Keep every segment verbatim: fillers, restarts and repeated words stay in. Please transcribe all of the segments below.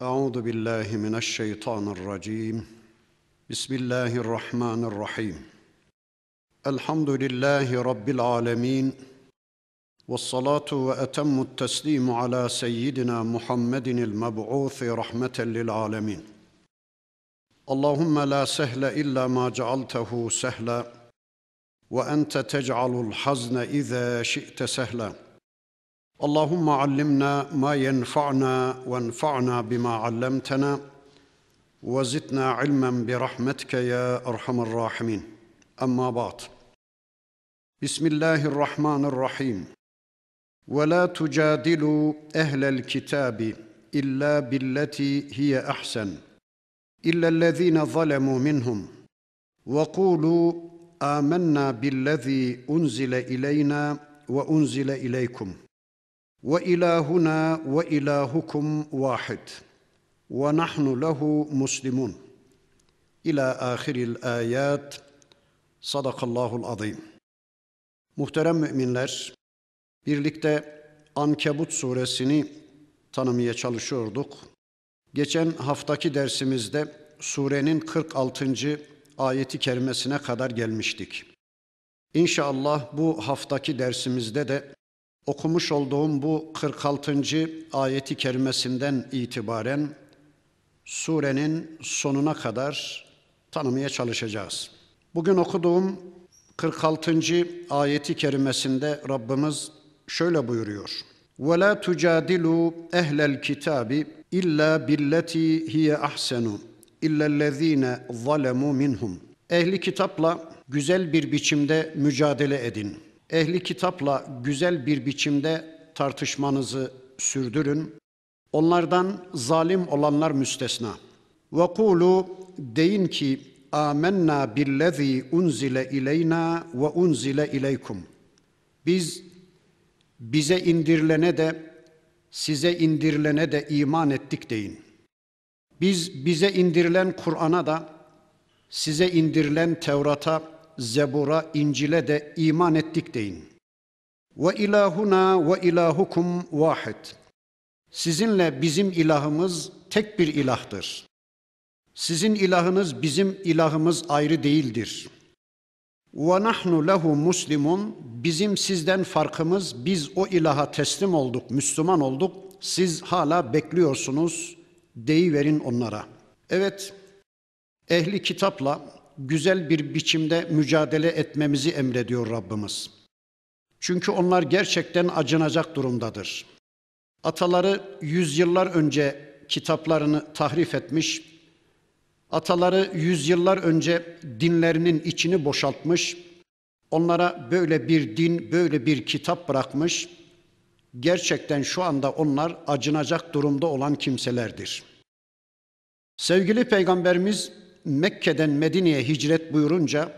Euzu billahi mineşşeytanirracim. Bismillahirrahmanirrahim. Elhamdülillahi Rabbil alemin. Vessalatu ve etemmut teslimu ala seyyidina Muhammedinil meb'ûthi rahmeten lil alemin. Allahümme la sehle illa ma cealtehu sehla ve ente tec'alul hazne izâ şi'te sehla. Allahümme allimna ma yenfa'na ve enfa'na bima allamtana ve zidna ilmen bi rahmetike ya erhamer rahimin. Amma ba'd. Bismillahirrahmanirrahim. Ve la tujadilu ehlel kitabi illa billeti hiye ahsen illellezine zalemu minhum ve kulu amennâ billezî unzile ileyna ve unzile ileykum ve ilahuna ve ilahukum vahid ve nahnu lehu muslimun ila ahiril ayat. Sadakallahul azim. Muhterem müminler, birlikte Ankebut suresini tanımaya çalışıyorduk. Geçen haftaki dersimizde surenin kırk altıncı ayeti kerimesine kadar gelmiştik. İnşallah bu haftaki dersimizde de okumuş olduğum bu kırk altıncı ayeti kerimesinden itibaren surenin sonuna kadar tanımaya çalışacağız. Bugün okuduğum kırk altıncı ayeti kerimesinde Rabbimiz şöyle buyuruyor. وَلَا تُجَادِلُوا اَهْلَ الْكِتَابِ اِلَّا بِالَّتِي هِيَ اَحْسَنُ اِلَّا الَّذ۪ينَ ظَلَمُوا مِنْهُمْ. Ehli kitapla güzel bir biçimde mücadele edin. Ehli kitapla güzel bir biçimde tartışmanızı sürdürün. Onlardan zalim olanlar müstesna. وَقُولُوا deyin ki آمَنَّا بِالَّذ۪ي اُنْزِلَ اِلَيْنَا وَاُنْزِلَ اِلَيْكُمْ. Biz bize indirilene de size indirilene de iman ettik deyin. Biz bize indirilen Kur'an'a da size indirilen Tevrat'a, Zebur'a, İncil'e de iman ettik deyin. Ve ilahuna ve ilahukum vahid. Sizinle bizim ilahımız tek bir ilahtır. Sizin ilahınız bizim ilahımız ayrı değildir. Ve nahnu lehu muslimun. Bizim sizden farkımız, biz o ilaha teslim olduk, Müslüman olduk. Siz hala bekliyorsunuz, deyiverin onlara. Evet, ehli kitapla güzel bir biçimde mücadele etmemizi emrediyor Rabbimiz. Çünkü onlar gerçekten acınacak durumdadır. Ataları yüzyıllar önce kitaplarını tahrif etmiş, ataları yüzyıllar önce dinlerinin içini boşaltmış, onlara böyle bir din, böyle bir kitap bırakmış. Gerçekten şu anda onlar acınacak durumda olan kimselerdir. Sevgili Peygamberimiz Mekke'den Medine'ye hicret buyurunca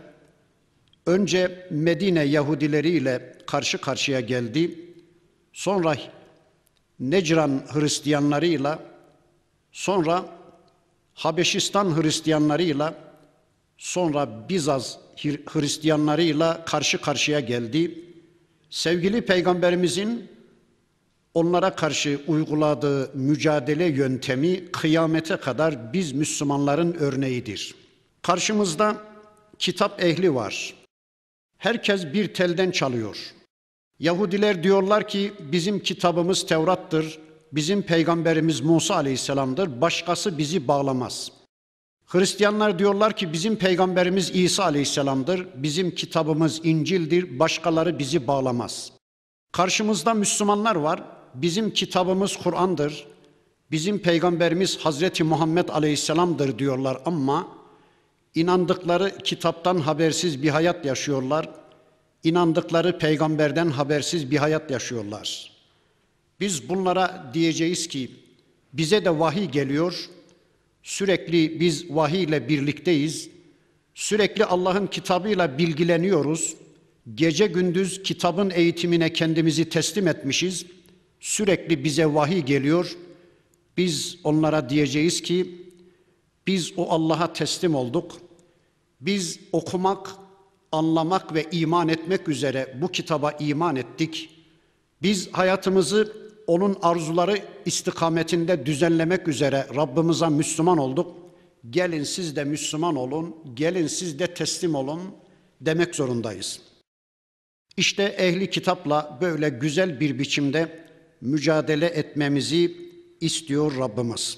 önce Medine Yahudileriyle karşı karşıya geldi. Sonra Necran Hristiyanlarıyla, sonra Habeşistan Hristiyanlarıyla, sonra Bizans Hristiyanlarıyla karşı karşıya geldi. Sevgili Peygamberimizin onlara karşı uyguladığı mücadele yöntemi kıyamete kadar biz Müslümanların örneğidir. Karşımızda kitap ehli var. Herkes bir telden çalıyor. Yahudiler diyorlar ki bizim kitabımız Tevrat'tır, bizim peygamberimiz Musa Aleyhisselam'dır, başkası bizi bağlamaz. Hristiyanlar diyorlar ki bizim peygamberimiz İsa Aleyhisselam'dır, bizim kitabımız İncil'dir, başkaları bizi bağlamaz. Karşımızda Müslümanlar var, bizim kitabımız Kur'an'dır, bizim peygamberimiz Hazreti Muhammed Aleyhisselam'dır diyorlar ama inandıkları kitaptan habersiz bir hayat yaşıyorlar, inandıkları peygamberden habersiz bir hayat yaşıyorlar. Biz bunlara diyeceğiz ki bize de vahiy geliyor, sürekli biz vahiy ile birlikteyiz, sürekli Allah'ın kitabıyla bilgileniyoruz, gece gündüz kitabın eğitimine kendimizi teslim etmişiz, sürekli bize vahiy geliyor. Biz onlara diyeceğiz ki biz o Allah'a teslim olduk, biz okumak, anlamak ve iman etmek üzere bu kitaba iman ettik. Biz hayatımızı onun arzuları istikametinde düzenlemek üzere Rabbimize Müslüman olduk. Gelin siz de Müslüman olun, gelin siz de teslim olun demek zorundayız. İşte ehli kitapla böyle güzel bir biçimde mücadele etmemizi istiyor Rabbimiz.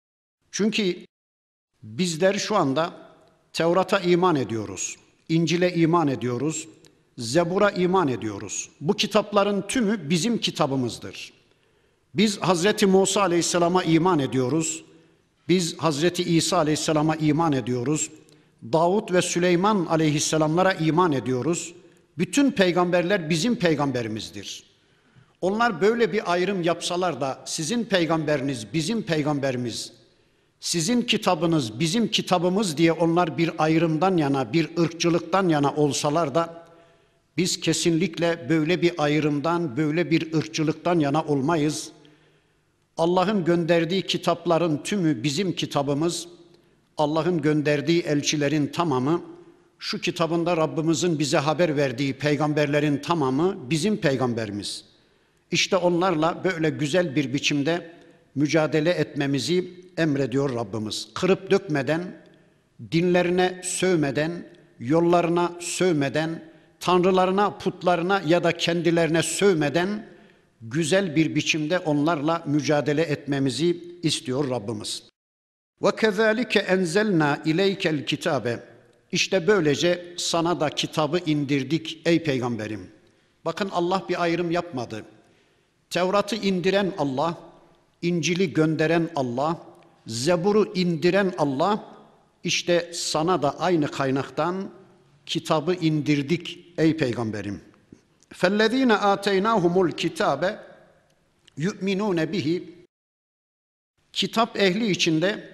Çünkü bizler şu anda Tevrat'a iman ediyoruz, İncil'e iman ediyoruz, Zebur'a iman ediyoruz. Bu kitapların tümü bizim kitabımızdır. Biz Hazreti Musa Aleyhisselam'a iman ediyoruz. Biz Hazreti İsa Aleyhisselam'a iman ediyoruz. Davud ve Süleyman Aleyhisselamlara iman ediyoruz. Bütün peygamberler bizim peygamberimizdir. Onlar böyle bir ayrım yapsalar da sizin peygamberiniz bizim peygamberimiz, sizin kitabınız bizim kitabımız diye onlar bir ayrımdan yana, bir ırkçılıktan yana olsalar da biz kesinlikle böyle bir ayrımdan, böyle bir ırkçılıktan yana olmayız. Allah'ın gönderdiği kitapların tümü bizim kitabımız, Allah'ın gönderdiği elçilerin tamamı, şu kitabında Rabbimizin bize haber verdiği peygamberlerin tamamı bizim peygamberimiz. İşte onlarla böyle güzel bir biçimde mücadele etmemizi emrediyor Rabbimiz. Kırıp dökmeden, dinlerine sövmeden, yollarına sövmeden, tanrılarına, putlarına ya da kendilerine sövmeden güzel bir biçimde onlarla mücadele etmemizi istiyor Rabbimiz. وَكَذَٰلِكَ اَنْزَلْنَا اِلَيْكَ الْكِتَابَ İşte böylece sana da kitabı indirdik ey peygamberim. Bakın Allah bir ayrım yapmadı. Tevrat'ı indiren Allah, İncil'i gönderen Allah, Zebur'u indiren Allah, işte sana da aynı kaynaktan kitabı indirdik ey peygamberim. فَالَّذ۪ينَ آتَيْنَاهُمُ الْكِتَابَ يُؤْمِنُونَ بِهِ Kitap ehli içinde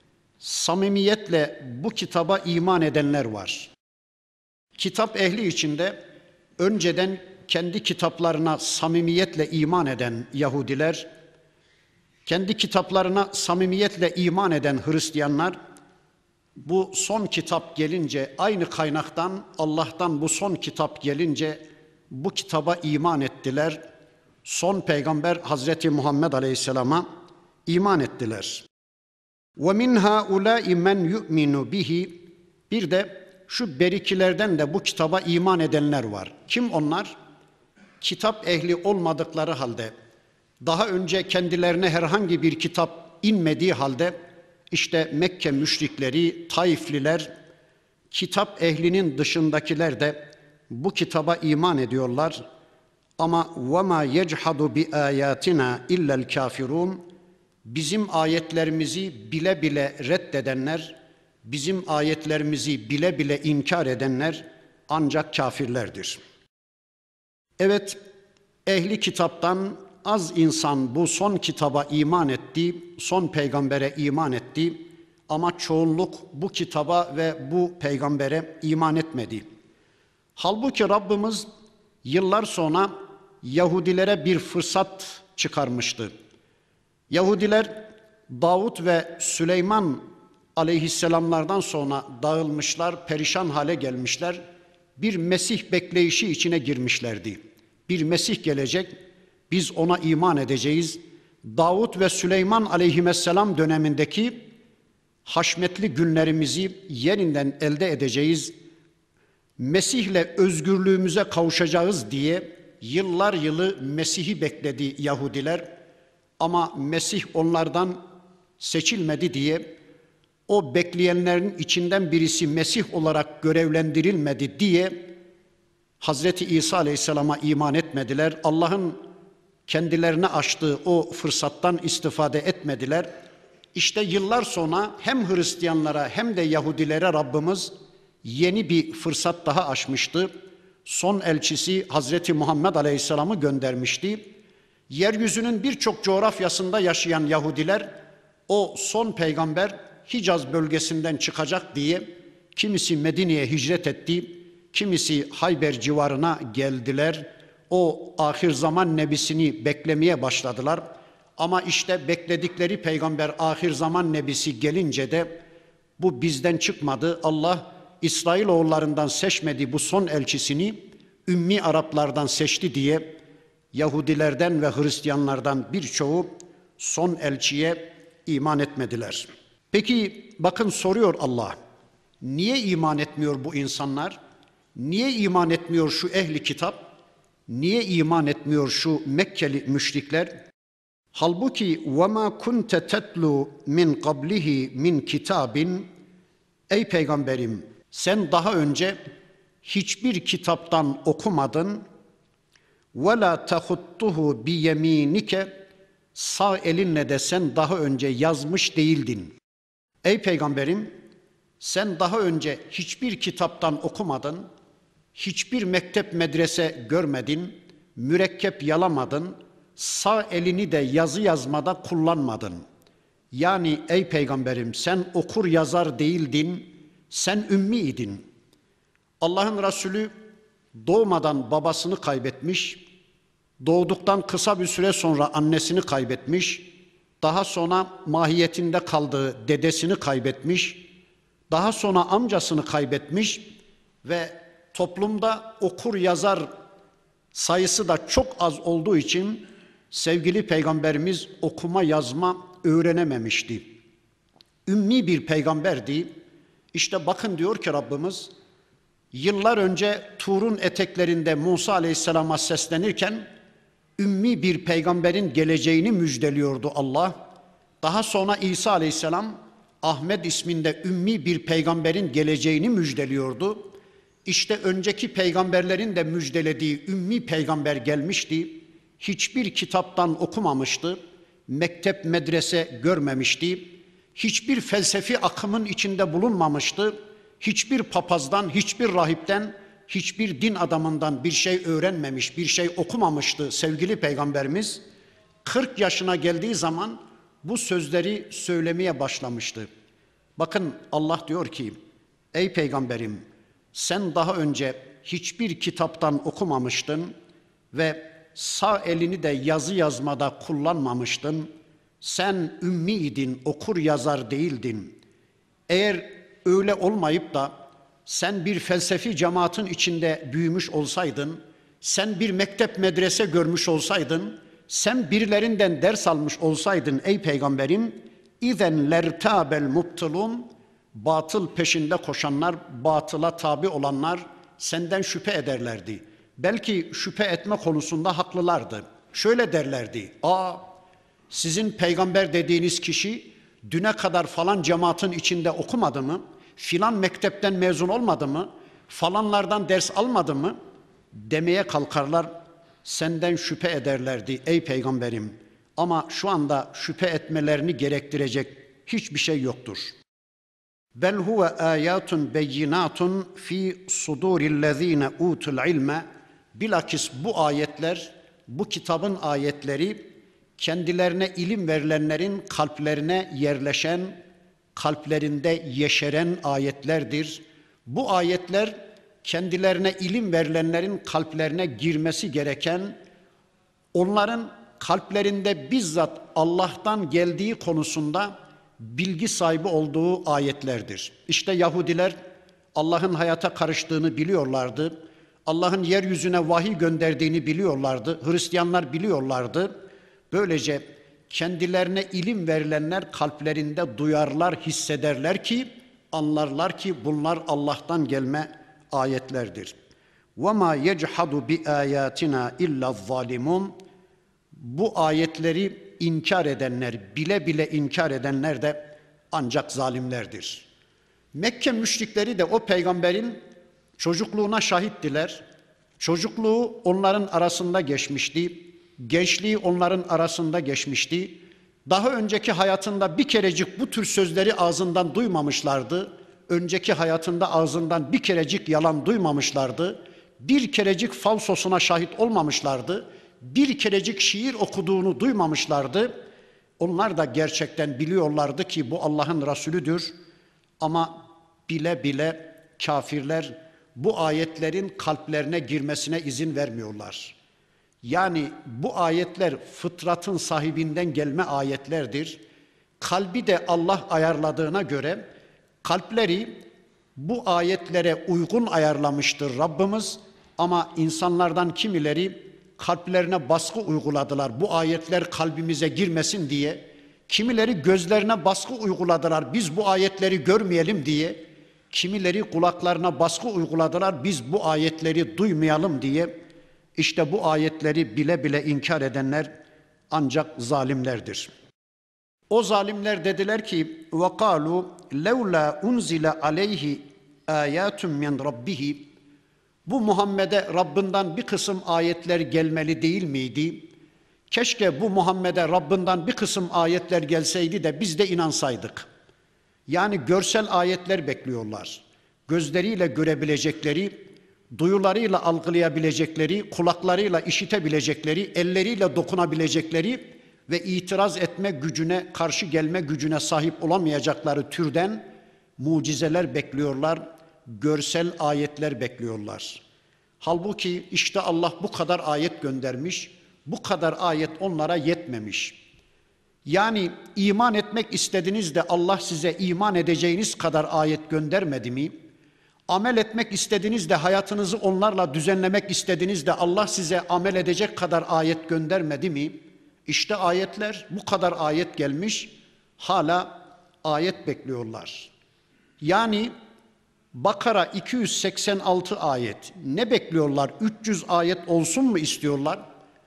samimiyetle bu kitaba iman edenler var. Kitap ehli içinde önceden kendi kitaplarına samimiyetle iman eden Yahudiler, kendi kitaplarına samimiyetle iman eden Hristiyanlar, bu son kitap gelince aynı kaynaktan Allah'tan bu son kitap gelince bu kitaba iman ettiler. Son peygamber Hazreti Muhammed Aleyhisselam'a iman ettiler. وَمِنْ هَا اُولَٰئِ مَنْ يُؤْمِنُ بِهِ Bir de şu berikilerden de bu kitaba iman edenler var. Kim onlar? Kitap ehli olmadıkları halde, daha önce kendilerine herhangi bir kitap inmediği halde, işte Mekke müşrikleri, Taifliler, kitap ehlinin dışındakiler de bu kitaba iman ediyorlar. Ama وَمَا يَجْحَدُ بِآيَاتِنَا اِلَّا الْكَافِرُونَ Bizim ayetlerimizi bile bile reddedenler, bizim ayetlerimizi bile bile inkar edenler ancak kafirlerdir. Evet, ehli kitaptan az insan bu son kitaba iman etti, son peygambere iman etti ama çoğunluk bu kitaba ve bu peygambere iman etmedi. Halbuki Rabbimiz yıllar sonra Yahudilere bir fırsat çıkarmıştı. Yahudiler Davud ve Süleyman aleyhisselamlardan sonra dağılmışlar, perişan hale gelmişler. Bir Mesih bekleyişi içine girmişlerdi. Bir Mesih gelecek, biz ona iman edeceğiz. Davud ve Süleyman aleyhisselam dönemindeki haşmetli günlerimizi yeniden elde edeceğiz. Mesih'le özgürlüğümüze kavuşacağız diye yıllar yılı Mesih'i bekledi Yahudiler. Ama Mesih onlardan seçilmedi diye, o bekleyenlerin içinden birisi Mesih olarak görevlendirilmedi diye Hazreti İsa Aleyhisselam'a iman etmediler. Allah'ın kendilerine açtığı o fırsattan istifade etmediler. İşte yıllar sonra hem Hristiyanlara hem de Yahudilere Rabbimiz yeni bir fırsat daha açmıştı. Son elçisi Hazreti Muhammed Aleyhisselam'ı göndermişti. Yeryüzünün birçok coğrafyasında yaşayan Yahudiler o son peygamber Hicaz bölgesinden çıkacak diye kimisi Medine'ye hicret etti, kimisi Hayber civarına geldiler. O ahir zaman nebisini beklemeye başladılar. Ama işte bekledikleri peygamber ahir zaman nebisi gelince de bu bizden çıkmadı. Allah İsrailoğullarından seçmedi bu son elçisini, Ümmi Araplardan seçti diye Yahudilerden ve Hristiyanlardan birçoğu son elçiye iman etmediler. Peki bakın soruyor Allah, niye iman etmiyor bu insanlar? Niye iman etmiyor şu ehli kitap? Niye iman etmiyor şu Mekkeli müşrikler? Halbuki وَمَا كُنْتَ تَتْلُوا مِنْ قَبْلِهِ مِنْ كِتَابٍ Ey Peygamberim, sen daha önce hiçbir kitaptan okumadın. وَلَا تَخُطُّهُ بِيَم۪ينِكَ Sağ elinle de sen daha önce yazmış değildin. Ey Peygamberim, sen daha önce hiçbir kitaptan okumadın, hiçbir mektep medrese görmedin, mürekkep yalamadın, sağ elini de yazı yazmada kullanmadın. Yani ey Peygamberim, sen okur yazar değildin, sen ümmiydin. Allah'ın Resulü doğmadan babasını kaybetmiş, doğduktan kısa bir süre sonra annesini kaybetmiş, daha sonra mahiyetinde kaldığı dedesini kaybetmiş, daha sonra amcasını kaybetmiş ve toplumda okur yazar sayısı da çok az olduğu için sevgili Peygamberimiz okuma yazma öğrenememişti. Ümmi bir peygamberdi. İşte bakın diyor ki Rabbimiz, yıllar önce Tur'un eteklerinde Musa Aleyhisselam'a seslenirken ümmi bir peygamberin geleceğini müjdeliyordu Allah. Daha sonra İsa Aleyhisselam Ahmet isminde ümmi bir peygamberin geleceğini müjdeliyordu. İşte önceki peygamberlerin de müjdelediği ümmi peygamber gelmişti. Hiçbir kitaptan okumamıştı. Mektep, medrese görmemişti. Hiçbir felsefi akımın içinde bulunmamıştı. Hiçbir papazdan, hiçbir rahipten, hiçbir din adamından bir şey öğrenmemiş, bir şey okumamıştı sevgili Peygamberimiz. kırk yaşına geldiği zaman bu sözleri söylemeye başlamıştı. Bakın Allah diyor ki, ey Peygamberim, sen daha önce hiçbir kitaptan okumamıştın ve sağ elini de yazı yazmada kullanmamıştın. Sen ümmiydin, okur yazar değildin. Eğer öyle olmayıp da sen bir felsefi cemaatin içinde büyümüş olsaydın, sen bir mektep medrese görmüş olsaydın, sen birilerinden ders almış olsaydın ey Peygamberim, İzen lertabel mubtilun, batıl peşinde koşanlar, batıla tabi olanlar senden şüphe ederlerdi. Belki şüphe etme konusunda haklılardı. Şöyle derlerdi, aa sizin peygamber dediğiniz kişi düne kadar falan cemaatin içinde okumadı mı? Filan mektepten mezun olmadı mı? Falanlardan ders almadı mı? Demeye kalkarlar, senden şüphe ederlerdi ey Peygamberim. Ama şu anda şüphe etmelerini gerektirecek hiçbir şey yoktur. Bel huve ayatun beyinatun fi sudurillezine utul ilme. Bilakis bu ayetler, bu kitabın ayetleri kendilerine ilim verilenlerin kalplerine yerleşen, kalplerinde yeşeren ayetlerdir. Bu ayetler kendilerine ilim verilenlerin kalplerine girmesi gereken, onların kalplerinde bizzat Allah'tan geldiği konusunda bilgi sahibi olduğu ayetlerdir. İşte Yahudiler Allah'ın hayata karıştığını biliyorlardı. Allah'ın yeryüzüne vahiy gönderdiğini biliyorlardı. Hristiyanlar biliyorlardı. Böylece kendilerine ilim verilenler kalplerinde duyarlar, hissederler ki, anlarlar ki bunlar Allah'tan gelme ayetlerdir. وَمَا يَجْحَدُ بِآيَاتِنَا اِلَّا الظَّالِمُونَ. Bu ayetleri inkar edenler, bile bile inkar edenler de ancak zalimlerdir. Mekke müşrikleri de o peygamberin çocukluğuna şahittiler. Çocukluğu onların arasında geçmişti. Gençliği onların arasında geçmişti. Daha önceki hayatında bir kerecik bu tür sözleri ağzından duymamışlardı. Önceki hayatında ağzından bir kerecik yalan duymamışlardı. Bir kerecik falsosuna şahit olmamışlardı. Bir kerecik şiir okuduğunu duymamışlardı. Onlar da gerçekten biliyorlardı ki bu Allah'ın Resulüdür. Ama bile bile kafirler bu ayetlerin kalplerine girmesine izin vermiyorlar. Yani bu ayetler fıtratın sahibinden gelme ayetlerdir. Kalbi de Allah ayarladığına göre kalpleri bu ayetlere uygun ayarlamıştır Rabbimiz. Ama insanlardan kimileri kalplerine baskı uyguladılar. Bu ayetler kalbimize girmesin diye. Kimileri gözlerine baskı uyguladılar. Biz bu ayetleri görmeyelim diye. Kimileri kulaklarına baskı uyguladılar. Biz bu ayetleri duymayalım diye. İşte bu ayetleri bile bile inkar edenler ancak zalimlerdir. O zalimler dediler ki وَقَالُوا لَوْلَا اُنْزِلَ عَلَيْهِ آيَاتٌ مِنْ رَبِّهِ Bu Muhammed'e Rabbinden bir kısım ayetler gelmeli değil miydi? Keşke bu Muhammed'e Rabbinden bir kısım ayetler gelseydi de biz de inansaydık. Yani görsel ayetler bekliyorlar. Gözleriyle görebilecekleri, duyularıyla algılayabilecekleri, kulaklarıyla işitebilecekleri, elleriyle dokunabilecekleri ve itiraz etme gücüne, karşı gelme gücüne sahip olamayacakları türden mucizeler bekliyorlar, görsel ayetler bekliyorlar. Halbuki işte Allah bu kadar ayet göndermiş, bu kadar ayet onlara yetmemiş. Yani iman etmek istediniz de Allah size iman edeceğiniz kadar ayet göndermedi mi? Amel etmek istediniz de hayatınızı onlarla düzenlemek istediniz de Allah size amel edecek kadar ayet göndermedi mi? İşte ayetler, bu kadar ayet gelmiş, hala ayet bekliyorlar. Yani Bakara iki yüz seksen altı ayet, ne bekliyorlar? üç yüz ayet olsun mu istiyorlar?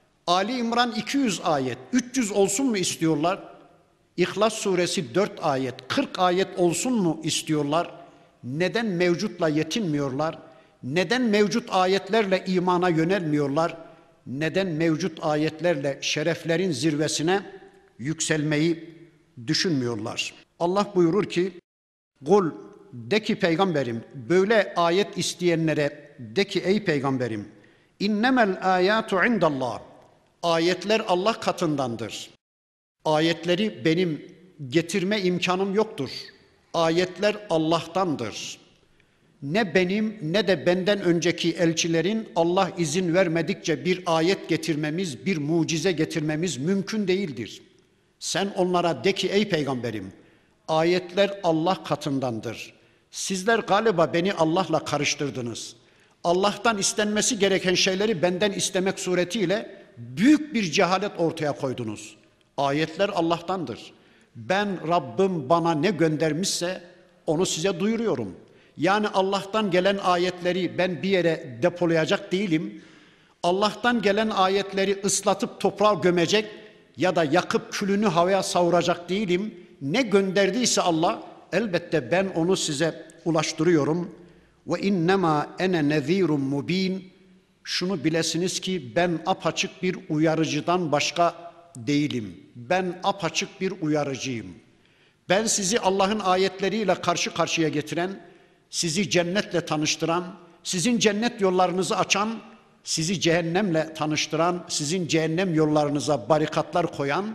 Ali İmran iki yüz ayet, üç yüz olsun mu istiyorlar? İhlas suresi dört ayet, kırk ayet olsun mu istiyorlar? Neden mevcutla yetinmiyorlar? Neden mevcut ayetlerle imana yönelmiyorlar? Neden mevcut ayetlerle şereflerin zirvesine yükselmeyi düşünmüyorlar? Allah buyurur ki, Kul de ki peygamberim, böyle ayet isteyenlere de ki ey peygamberim, innemel ayatu indallah, ayetler Allah katındandır. Ayetleri benim getirme imkanım yoktur. Ayetler Allah'tandır. Ne benim ne de benden önceki elçilerin Allah izin vermedikçe bir ayet getirmemiz, bir mucize getirmemiz mümkün değildir. Sen onlara de ki ey peygamberim, ayetler Allah katındandır. Sizler galiba beni Allah'la karıştırdınız. Allah'tan istenmesi gereken şeyleri benden istemek suretiyle büyük bir cehalet ortaya koydunuz. Ayetler Allah'tandır. Ben Rabbim bana ne göndermişse onu size duyuruyorum. Yani Allah'tan gelen ayetleri ben bir yere depolayacak değilim. Allah'tan gelen ayetleri ıslatıp toprağa gömecek ya da yakıp külünü havaya savuracak değilim. Ne gönderdiyse Allah, elbette ben onu size ulaştırıyorum. Ve innema ene nezirun mubin. Şunu bilesiniz ki ben apaçık bir uyarıcıdan başka değilim. Ben apaçık bir uyarıcıyım. Ben sizi Allah'ın ayetleriyle karşı karşıya getiren, sizi cennetle tanıştıran, sizin cennet yollarınızı açan, sizi cehennemle tanıştıran, sizin cehennem yollarınıza barikatlar koyan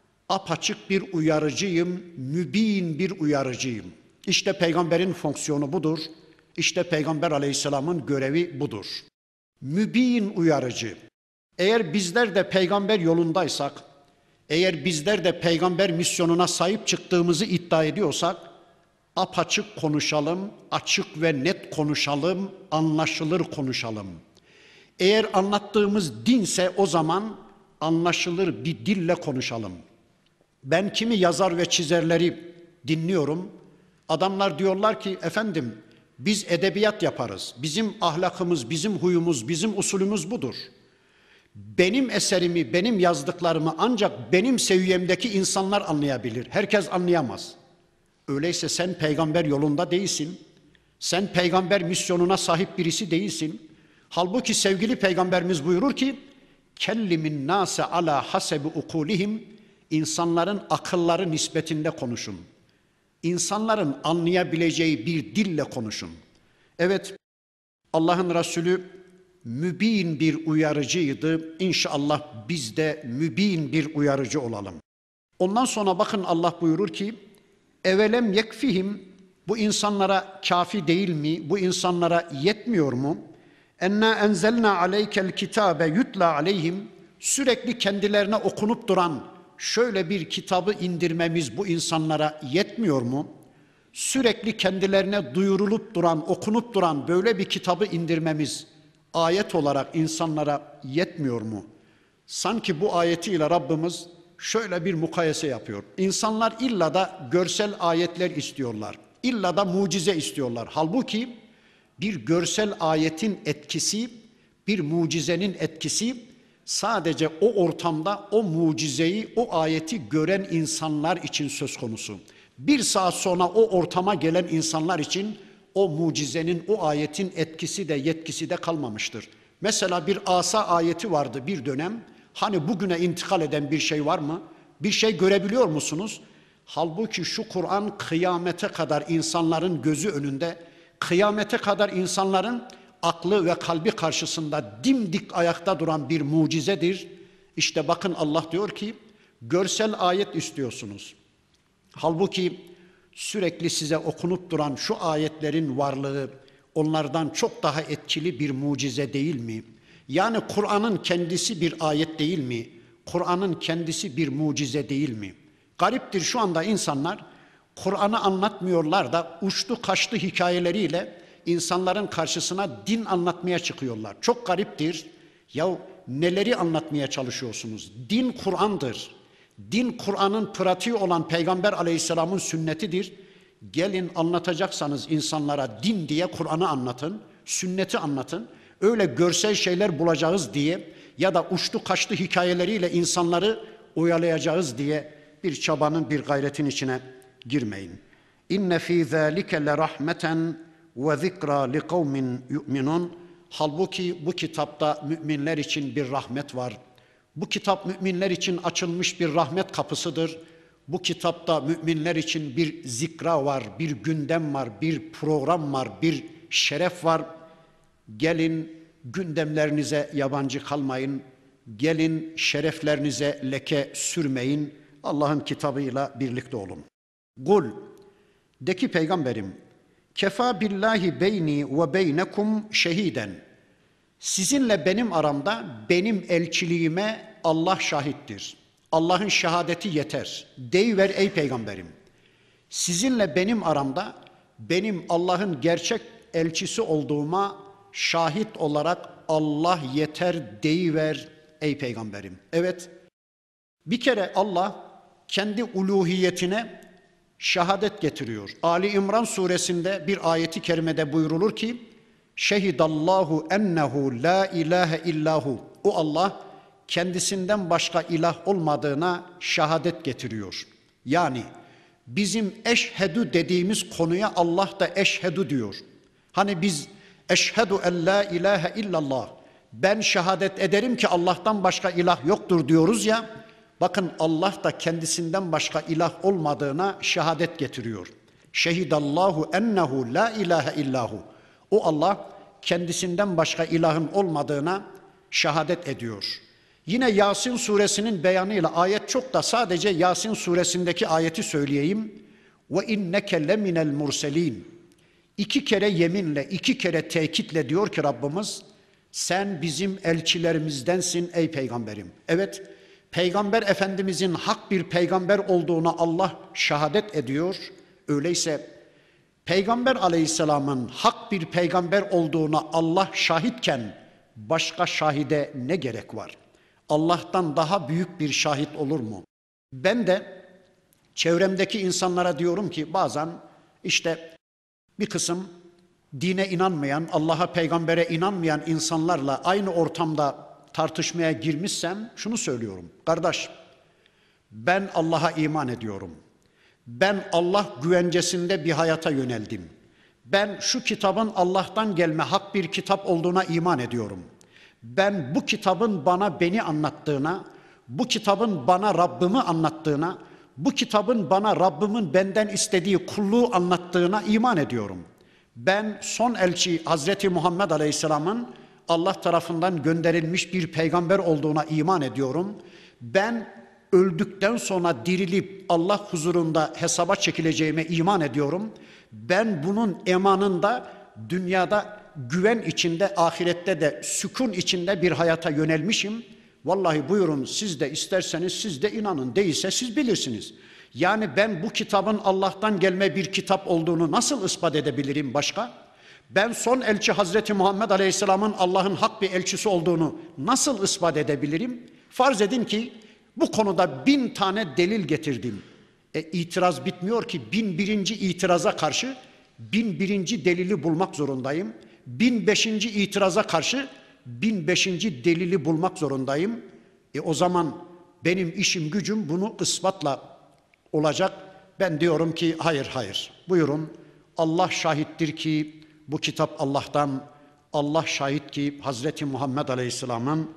apaçık bir uyarıcıyım, mübin bir uyarıcıyım. İşte peygamberin fonksiyonu budur. İşte Peygamber Aleyhisselam'ın görevi budur. Mübin uyarıcı. Eğer bizler de peygamber yolundaysak, eğer bizler de peygamber misyonuna sahip çıktığımızı iddia ediyorsak, apaçık konuşalım, açık ve net konuşalım, anlaşılır konuşalım. Eğer anlattığımız dinse o zaman anlaşılır bir dille konuşalım. Ben kimi yazar ve çizerleri dinliyorum. Adamlar diyorlar ki efendim biz edebiyat yaparız. Bizim ahlakımız, bizim huyumuz, bizim usulümüz budur. Benim eserimi, benim yazdıklarımı ancak benim seviyemdeki insanlar anlayabilir. Herkes anlayamaz. Öyleyse sen peygamber yolunda değilsin. Sen peygamber misyonuna sahip birisi değilsin. Halbuki sevgili peygamberimiz buyurur ki kellimin nase ala hasebi ukulihim, insanların akılları nispetinde konuşun. İnsanların anlayabileceği bir dille konuşun. Evet, Allah'ın Resulü mübin bir uyarıcıydı. İnşallah biz de mübin bir uyarıcı olalım. Ondan sonra bakın Allah buyurur ki evelem yekfihim, bu insanlara kafi değil mi? Bu insanlara yetmiyor mu? Enna enzelna aleykel kitabe yutla aleyhim, sürekli kendilerine okunup duran şöyle bir kitabı indirmemiz bu insanlara yetmiyor mu? Sürekli kendilerine duyurulup duran, okunup duran böyle bir kitabı indirmemiz ayet olarak insanlara yetmiyor mu? Sanki bu ayetiyle Rabbimiz şöyle bir mukayese yapıyor. İnsanlar illa da görsel ayetler istiyorlar. İlla da mucize istiyorlar. Halbuki bir görsel ayetin etkisi, bir mucizenin etkisi sadece o ortamda o mucizeyi, o ayeti gören insanlar için söz konusu. Bir saat sonra o ortama gelen insanlar için o mucizenin, o ayetin etkisi de yetkisi de kalmamıştır. Mesela bir asa ayeti vardı bir dönem. Hani bugüne intikal eden bir şey var mı? Bir şey görebiliyor musunuz? Halbuki şu Kur'an kıyamete kadar insanların gözü önünde, kıyamete kadar insanların aklı ve kalbi karşısında dimdik ayakta duran bir mucizedir. İşte bakın Allah diyor ki, görsel ayet istiyorsunuz. Halbuki sürekli size okunup duran şu ayetlerin varlığı onlardan çok daha etkili bir mucize değil mi? Yani Kur'an'ın kendisi bir ayet değil mi? Kur'an'ın kendisi bir mucize değil mi? Gariptir, şu anda insanlar Kur'an'ı anlatmıyorlar da uçtu kaçtı hikayeleriyle insanların karşısına din anlatmaya çıkıyorlar. Çok gariptir. Ya neleri anlatmaya çalışıyorsunuz? Din Kur'an'dır. Din Kur'an'ın pratiği olan Peygamber Aleyhisselam'ın sünnetidir. Gelin anlatacaksanız insanlara din diye Kur'an'ı anlatın, sünneti anlatın. Öyle görsel şeyler bulacağız diye ya da uçtu kaçtı hikayeleriyle insanları oyalayacağız diye bir çabanın, bir gayretin içine girmeyin. İnne fî zâlike le rahmeten ve zikra li kavmin yu'minun. Halbuki bu kitapta müminler için bir rahmet var. Bu kitap müminler için açılmış bir rahmet kapısıdır. Bu kitapta müminler için bir zikra var, bir gündem var, bir program var, bir şeref var. Gelin gündemlerinize yabancı kalmayın. Gelin şereflerinize leke sürmeyin. Allah'ın kitabıyla birlikte olun. Kul, de ki peygamberim, kefa billahi beyni ve beynekum şehiden. Sizinle benim aramda benim elçiliğime Allah şahittir. Allah'ın şehadeti yeter. Deyiver ey peygamberim. Sizinle benim aramda benim Allah'ın gerçek elçisi olduğuma şahit olarak Allah yeter deyiver ey peygamberim. Evet, bir kere Allah kendi uluhiyetine şehadet getiriyor. Ali İmran suresinde bir ayeti kerimede buyrulur ki, şehidallahu ennehu la ilahe illahu. O Allah kendisinden başka ilah olmadığına şehadet getiriyor. Yani bizim eşhedü dediğimiz konuya Allah da eşhedü diyor. Hani biz eşhedü en la ilahe illallah, ben şehadet ederim ki Allah'tan başka ilah yoktur diyoruz ya, bakın Allah da kendisinden başka ilah olmadığına şehadet getiriyor. Şehidallahu ennehu la ilahe illahu. O Allah kendisinden başka ilahın olmadığına şehadet ediyor. Yine Yasin suresinin beyanıyla, ayet çok da sadece Yasin suresindeki ayeti söyleyeyim. Ve inneke leminel murselin. İki kere yeminle, iki kere tekitle diyor ki Rabbimiz, sen bizim elçilerimizdensin ey peygamberim. Evet, Peygamber Efendimizin hak bir peygamber olduğuna Allah şehadet ediyor. Öyleyse Peygamber Aleyhisselam'ın hak bir peygamber olduğuna Allah şahitken başka şahide ne gerek var? Allah'tan daha büyük bir şahit olur mu? Ben de çevremdeki insanlara diyorum ki bazen işte bir kısım dine inanmayan, Allah'a, peygambere inanmayan insanlarla aynı ortamda tartışmaya girmişsem şunu söylüyorum. Kardeş, ben Allah'a iman ediyorum. Ben Allah güvencesinde bir hayata yöneldim. Ben şu kitabın Allah'tan gelme hak bir kitap olduğuna iman ediyorum. Ben bu kitabın bana beni anlattığına, bu kitabın bana Rabbimi anlattığına, bu kitabın bana Rabbimin benden istediği kulluğu anlattığına iman ediyorum. Ben son elçi Hazreti Muhammed Aleyhisselam'ın Allah tarafından gönderilmiş bir peygamber olduğuna iman ediyorum. Ben öldükten sonra dirilip Allah huzurunda hesaba çekileceğime iman ediyorum. Ben bunun emanında dünyada güven içinde, ahirette de sükun içinde bir hayata yönelmişim. Vallahi buyurun, siz de isterseniz siz de inanın, değilse siz bilirsiniz. Yani ben bu kitabın Allah'tan gelme bir kitap olduğunu nasıl ispat edebilirim başka? Ben son elçi Hazreti Muhammed Aleyhisselam'ın Allah'ın hak bir elçisi olduğunu nasıl ispat edebilirim? Farz edin ki bu konuda bin tane delil getirdim. E, itiraz bitmiyor ki bin birinci itiraza karşı bin birinci delili bulmak zorundayım. Bin beşinci itiraza karşı bin beşinci delili bulmak zorundayım. E o zaman benim işim gücüm bunu ispatla olacak. Ben diyorum ki hayır hayır. Buyurun, Allah şahittir ki bu kitap Allah'tan, Allah şahit ki Hazreti Muhammed Aleyhisselam'ın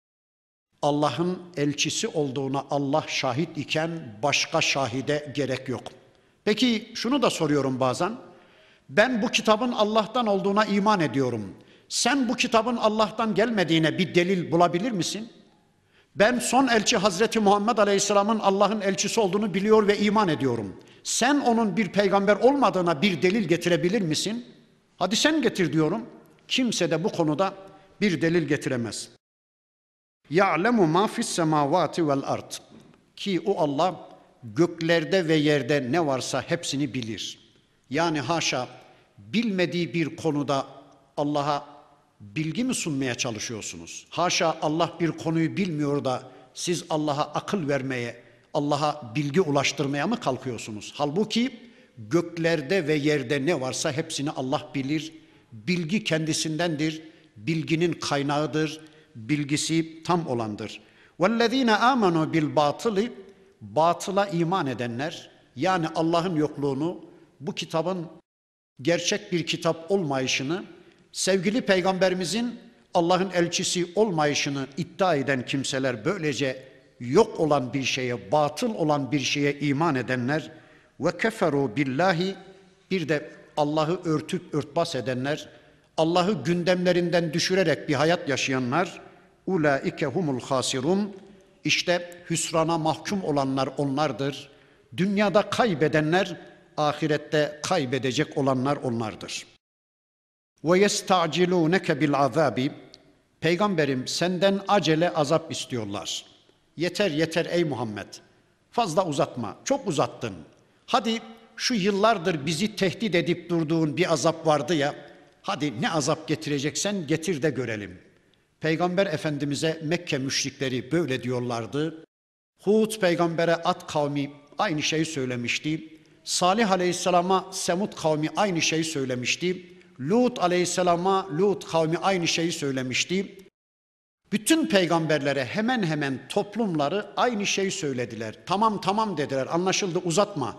Allah'ın elçisi olduğuna Allah şahit iken başka şahide gerek yok. Peki şunu da soruyorum bazen. Ben bu kitabın Allah'tan olduğuna iman ediyorum. Sen bu kitabın Allah'tan gelmediğine bir delil bulabilir misin? Ben son elçi Hazreti Muhammed Aleyhisselam'ın Allah'ın elçisi olduğunu biliyor ve iman ediyorum. Sen onun bir peygamber olmadığına bir delil getirebilir misin? Hadi sen getir diyorum. Kimse de bu konuda bir delil getiremez. يَعْلَمُ مَا فِي السَّمَاوَاتِ وَالْاَرْضِ Ki o Allah göklerde ve yerde ne varsa hepsini bilir. Yani haşa bilmediği bir konuda Allah'a bilgi mi sunmaya çalışıyorsunuz? Haşa Allah bir konuyu bilmiyor da siz Allah'a akıl vermeye, Allah'a bilgi ulaştırmaya mı kalkıyorsunuz? Halbuki göklerde ve yerde ne varsa hepsini Allah bilir. Bilgi kendisindendir, bilginin kaynağıdır, bilgisi tam olandır. وَالَّذ۪ينَ آمَنُوا بِالْبَاطِلِ Batıla iman edenler, yani Allah'ın yokluğunu, bu kitabın gerçek bir kitap olmayışını, sevgili Peygamberimizin Allah'ın elçisi olmayışını iddia eden kimseler, böylece yok olan bir şeye, batıl olan bir şeye iman edenler ve keferu billahi, bir de Allah'ı örtüp örtbas edenler, Allah'ı gündemlerinden düşürerek bir hayat yaşayanlar, ulaike humul hasirun, işte hüsrana mahkum olanlar onlardır. Dünyada kaybedenler, ahirette kaybedecek olanlar onlardır. Ve yesta'cilûneke bil azabi, Peygamberim senden acele azap istiyorlar. Yeter yeter ey Muhammed, fazla uzatma, çok uzattın. Hadi şu yıllardır bizi tehdit edip durduğun bir azap vardı ya, hadi ne azap getireceksen getir de görelim. Peygamber Efendimiz'e Mekke müşrikleri böyle diyorlardı. Hud peygambere Ad kavmi aynı şeyi söylemişti. Salih aleyhisselama Semud kavmi aynı şeyi söylemişti. Lut aleyhisselama Lut kavmi aynı şeyi söylemişti. Bütün peygamberlere hemen hemen toplumları aynı şeyi söylediler. Tamam tamam dediler, anlaşıldı, uzatma.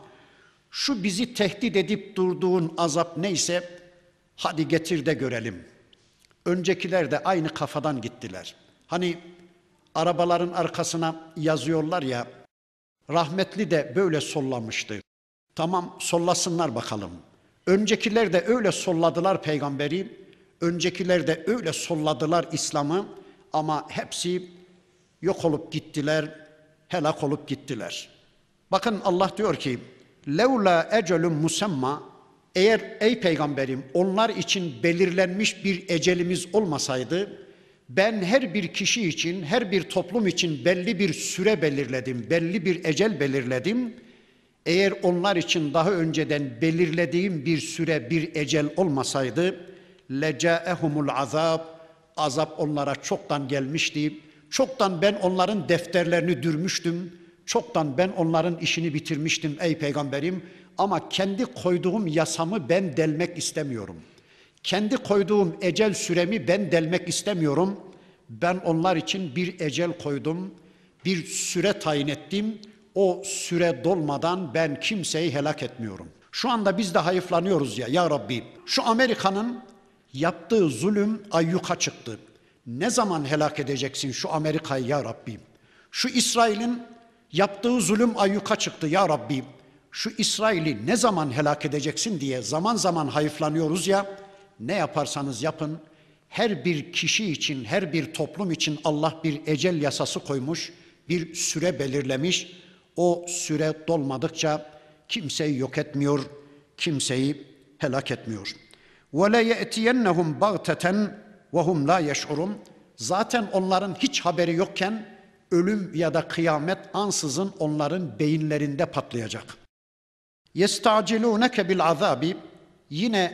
Şu bizi tehdit edip durduğun azap neyse hadi getir de görelim. Öncekiler de aynı kafadan gittiler. Hani arabaların arkasına yazıyorlar ya, rahmetli de böyle sollamıştı. Tamam, sollasınlar bakalım. Öncekiler de öyle solladılar peygamberi, öncekiler de öyle solladılar İslam'ı, ama hepsi yok olup gittiler, helak olup gittiler. Bakın Allah diyor ki, levla ecelun musemma, eğer ey peygamberim onlar için belirlenmiş bir ecelimiz olmasaydı, ben her bir kişi için, her bir toplum için belli bir süre belirledim, belli bir ecel belirledim. Eğer onlar için daha önceden belirlediğim bir süre, bir ecel olmasaydı, lecâehumul azab, azap onlara çoktan gelmişti. Çoktan ben onların defterlerini dürmüştüm. Çoktan ben onların işini bitirmiştim ey peygamberim. Ama kendi koyduğum yasamı ben delmek istemiyorum. Kendi koyduğum ecel süremi ben delmek istemiyorum. Ben onlar için bir ecel koydum, bir süre tayin ettim. O süre dolmadan ben kimseyi helak etmiyorum. Şu anda biz de hayıflanıyoruz ya, ya Rabbi. Şu Amerika'nın yaptığı zulüm ayyuka çıktı. Ne zaman helak edeceksin şu Amerika'yı ya Rabbi? Şu İsrail'in yaptığı zulüm ayyuka çıktı ya Rabbi. Şu İsrail'i ne zaman helak edeceksin diye zaman zaman hayıflanıyoruz ya. Ne yaparsanız yapın, her bir kişi için, her bir toplum için Allah bir ecel yasası koymuş, bir süre belirlemiş. O süre dolmadıkça kimseyi yok etmiyor, kimseyi helak etmiyor. وَلَا يَأْتِيَنَّهُمْ بَغْتَةً وَهُمْ لَا يَشْعُرُونَ Zaten onların hiç haberi yokken ölüm ya da kıyamet ansızın onların beyinlerinde patlayacak. يَسْتَعْجِلُونَكَ بِالْعَذَابِ Yine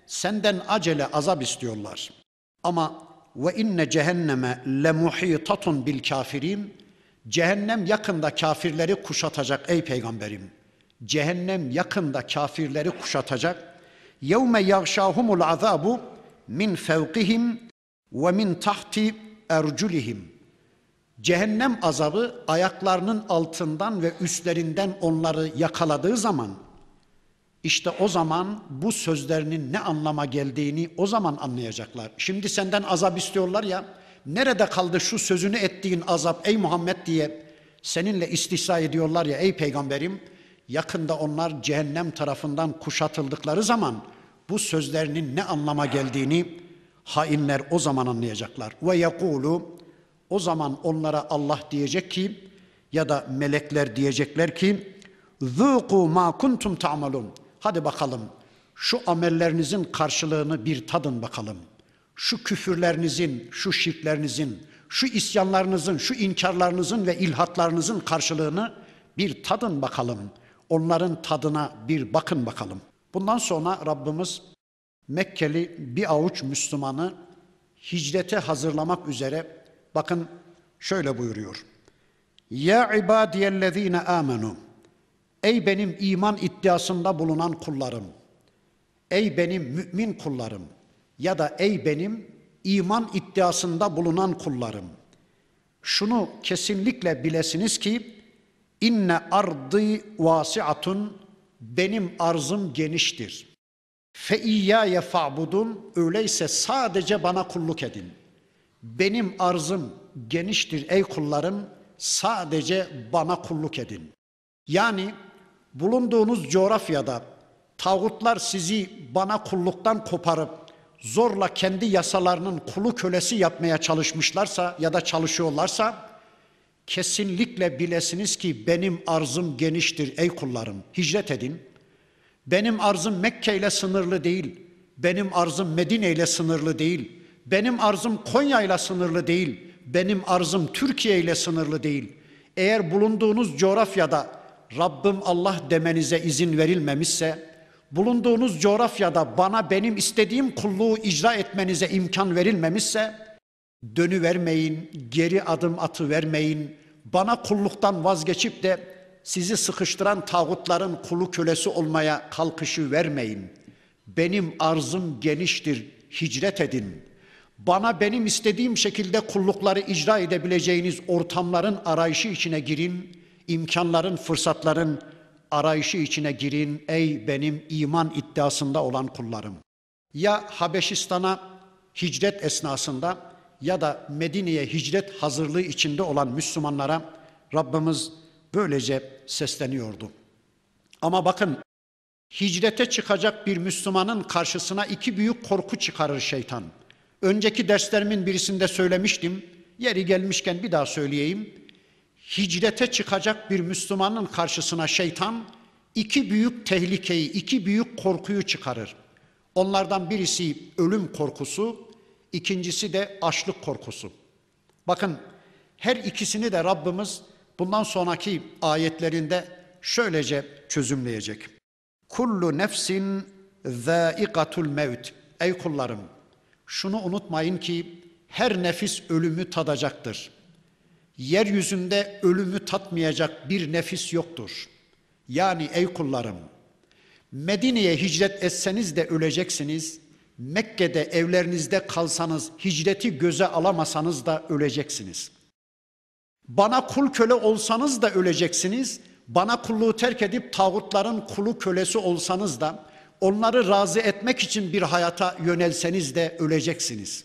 senden acele azap istiyorlar. Ama ve inne cehenneme lemuhitatun bil kafirin. Cehennem yakında kafirleri kuşatacak ey peygamberim. Cehennem yakında kafirleri kuşatacak. Yevme yağşahumul azabu min fevkihim ve min tahti erculihim. Cehennem azabı ayaklarının altından ve üstlerinden onları yakaladığı zaman, işte o zaman bu sözlerinin ne anlama geldiğini o zaman anlayacaklar. Şimdi senden azap istiyorlar ya, nerede kaldı şu sözünü ettiğin azap ey Muhammed diye seninle istihza ediyorlar ya ey peygamberim. Yakında onlar cehennem tarafından kuşatıldıkları zaman bu sözlerinin ne anlama geldiğini hainler o zaman anlayacaklar. Ve yekulu, o zaman onlara Allah diyecek ki ya da melekler diyecekler ki zûkû mâ kuntum ta'malun. Hadi bakalım şu amellerinizin karşılığını bir tadın bakalım. Şu küfürlerinizin, şu şirklerinizin, şu isyanlarınızın, şu inkarlarınızın ve ilhatlarınızın karşılığını bir tadın bakalım. Onların tadına bir bakın bakalım. Bundan sonra Rabbimiz Mekkeli bir avuç Müslümanı hicrete hazırlamak üzere bakın şöyle buyuruyor. Ya ibadiyellezine amenu. Ey benim iman iddiasında bulunan kullarım. Ey benim mümin kullarım. Ya da ey benim iman iddiasında bulunan kullarım. Şunu kesinlikle bilesiniz ki inne ardı vasiatun, benim arzım geniştir. Fe iyyâye fa'budun, öyleyse sadece bana kulluk edin. Benim arzım geniştir ey kullarım, sadece bana kulluk edin. Yani bulunduğunuz coğrafyada tağutlar sizi bana kulluktan koparıp zorla kendi yasalarının kulu kölesi yapmaya çalışmışlarsa ya da çalışıyorlarsa kesinlikle bilesiniz ki benim arzım geniştir ey kullarım. Hicret edin. Benim arzım Mekke ile sınırlı değil. Benim arzım Medine ile sınırlı değil. Benim arzım Konya ile sınırlı değil. Benim arzım Türkiye ile sınırlı değil. Eğer bulunduğunuz coğrafyada Rabbim Allah demenize izin verilmemişse, bulunduğunuz coğrafyada bana benim istediğim kulluğu icra etmenize imkan verilmemişse, dönüvermeyin, geri adım atıvermeyin, bana kulluktan vazgeçip de sizi sıkıştıran tağutların kulu kölesi olmaya kalkışı vermeyin. Benim arzım geniştir, hicret edin. Bana benim istediğim şekilde kullukları icra edebileceğiniz ortamların arayışı içine girin, imkanların, fırsatların arayışı içine girin ey benim iman iddiasında olan kullarım. Ya Habeşistan'a hicret esnasında ya da Medine'ye hicret hazırlığı içinde olan Müslümanlara Rabbimiz böylece sesleniyordu. Ama bakın, hicrete çıkacak bir Müslümanın karşısına iki büyük korku çıkarır şeytan. Önceki derslerimin birisinde söylemiştim, yeri gelmişken bir daha söyleyeyim. Hicrete çıkacak bir Müslümanın karşısına şeytan iki büyük tehlikeyi, iki büyük korkuyu çıkarır. Onlardan birisi ölüm korkusu, ikincisi de açlık korkusu. Bakın, her ikisini de Rabbimiz bundan sonraki ayetlerinde şöylece çözümleyecek. Kullu nefsin zâikatul mevt. Ey kullarım, şunu unutmayın ki her nefis ölümü tadacaktır. Yeryüzünde ölümü tatmayacak bir nefis yoktur. Yani ey kullarım, Medine'ye hicret etseniz de öleceksiniz. Mekke'de evlerinizde kalsanız, hicreti göze alamasanız da öleceksiniz. Bana kul köle olsanız da öleceksiniz. Bana kulluğu terk edip tağutların kulu kölesi olsanız da, onları razı etmek için bir hayata yönelseniz de öleceksiniz.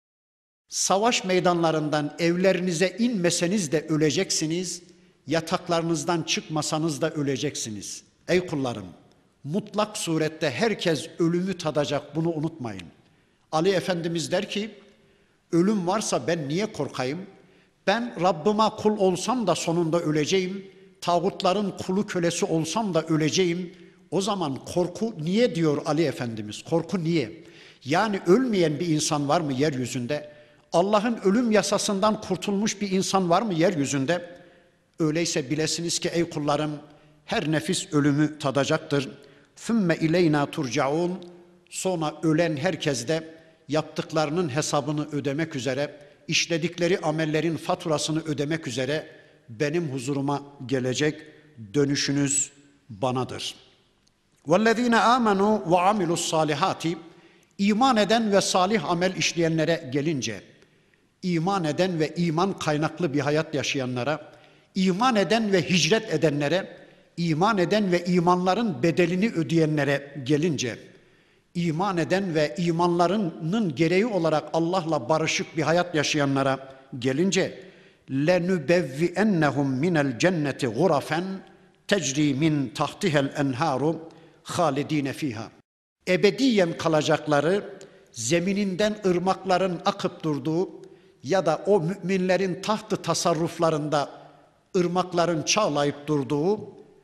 Savaş meydanlarından evlerinize inmeseniz de öleceksiniz. Yataklarınızdan çıkmasanız da öleceksiniz. Ey kullarım, mutlak surette herkes ölümü tadacak, bunu unutmayın. Ali Efendimiz der ki, ölüm varsa ben niye korkayım? Ben Rabbime kul olsam da sonunda öleceğim. Tağutların kulu kölesi olsam da öleceğim. O zaman korku niye diyor Ali Efendimiz? Korku niye? Yani ölmeyen bir insan var mı yeryüzünde? Allah'ın ölüm yasasından kurtulmuş bir insan var mı yeryüzünde? Öyleyse bilesiniz ki ey kullarım, her nefis ölümü tadacaktır. ثُمَّ اِلَيْنَا تُرْجَعُونَ. Sonra ölen herkes de yaptıklarının hesabını ödemek üzere, işledikleri amellerin faturasını ödemek üzere benim huzuruma gelecek. Dönüşünüz banadır. وَالَّذ۪ينَ آمَنُوا وَعَمِلُوا الصَّالِحَاتِ İman eden ve salih amel işleyenlere gelince, iman eden ve iman kaynaklı bir hayat yaşayanlara, iman eden ve hicret edenlere, iman eden ve imanların bedelini ödeyenlere gelince, iman eden ve imanlarının gereği olarak Allah'la barışık bir hayat yaşayanlara gelince, لَنُبَوِّئَنَّهُمْ مِنَ الْجَنَّةِ غُرَفًا تَجْرِي مِنْ تَحْتِهَا الْاَنْهَارُ خَالِد۪ينَ ف۪يهَا Ebediyen kalacakları, zemininden ırmakların akıp durduğu ya da o müminlerin tahtı tasarruflarında ırmakların çağlayıp durduğu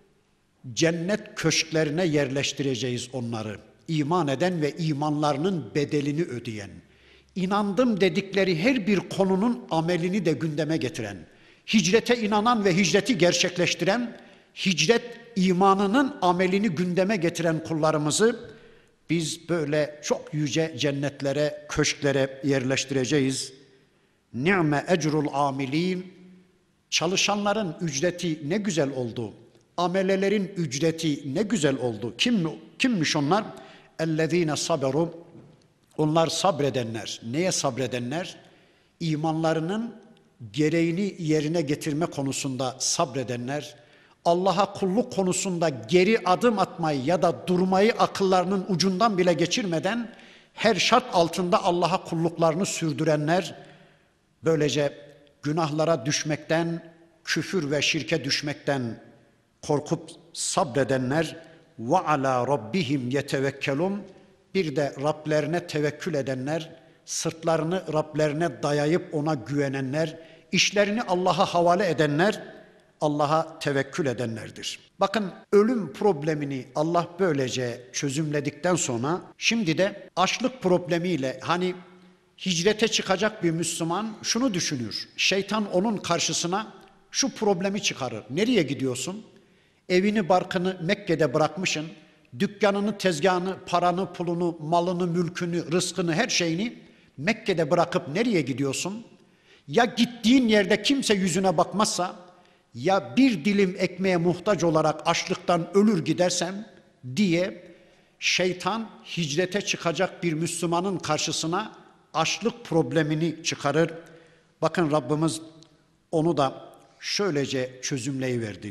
cennet köşklerine yerleştireceğiz onları. İman eden ve imanlarının bedelini ödeyen, inandım dedikleri her bir konunun amelini de gündeme getiren, hicrete inanan ve hicreti gerçekleştiren, hicret imanının amelini gündeme getiren kullarımızı biz böyle çok yüce cennetlere, köşklere yerleştireceğiz. Ni'me ecrul amilin. Çalışanların ücreti ne güzel oldu. Amelelerin ücreti ne güzel oldu. Kim, kimmiş onlar? Ellezine saberu. Onlar sabredenler. Neye sabredenler? İmanlarının gereğini yerine getirme konusunda sabredenler, Allah'a kulluk konusunda geri adım atmayı ya da durmayı akıllarının ucundan bile geçirmeden her şart altında Allah'a kulluklarını sürdürenler, böylece günahlara düşmekten, küfür ve şirke düşmekten korkup sabredenler ve ala rabbihim yetevekkelun, bir de Rablerine tevekkül edenler, sırtlarını Rablerine dayayıp ona güvenenler, işlerini Allah'a havale edenler, Allah'a tevekkül edenlerdir. Bakın, ölüm problemini Allah böylece çözümledikten sonra şimdi de açlık problemiyle, hani hicrete çıkacak bir Müslüman şunu düşünür. Şeytan onun karşısına şu problemi çıkarır. Nereye gidiyorsun? Evini barkını Mekke'de bırakmışsın. Dükkanını, tezgahını, paranı, pulunu, malını, mülkünü, rızkını, her şeyini Mekke'de bırakıp nereye gidiyorsun? Ya gittiğin yerde kimse yüzüne bakmazsa, ya bir dilim ekmeğe muhtaç olarak açlıktan ölür gidersem diye şeytan hicrete çıkacak bir Müslümanın karşısına açlık problemini çıkarır. Bakın Rabbimiz onu da şöylece çözümleyiverdi.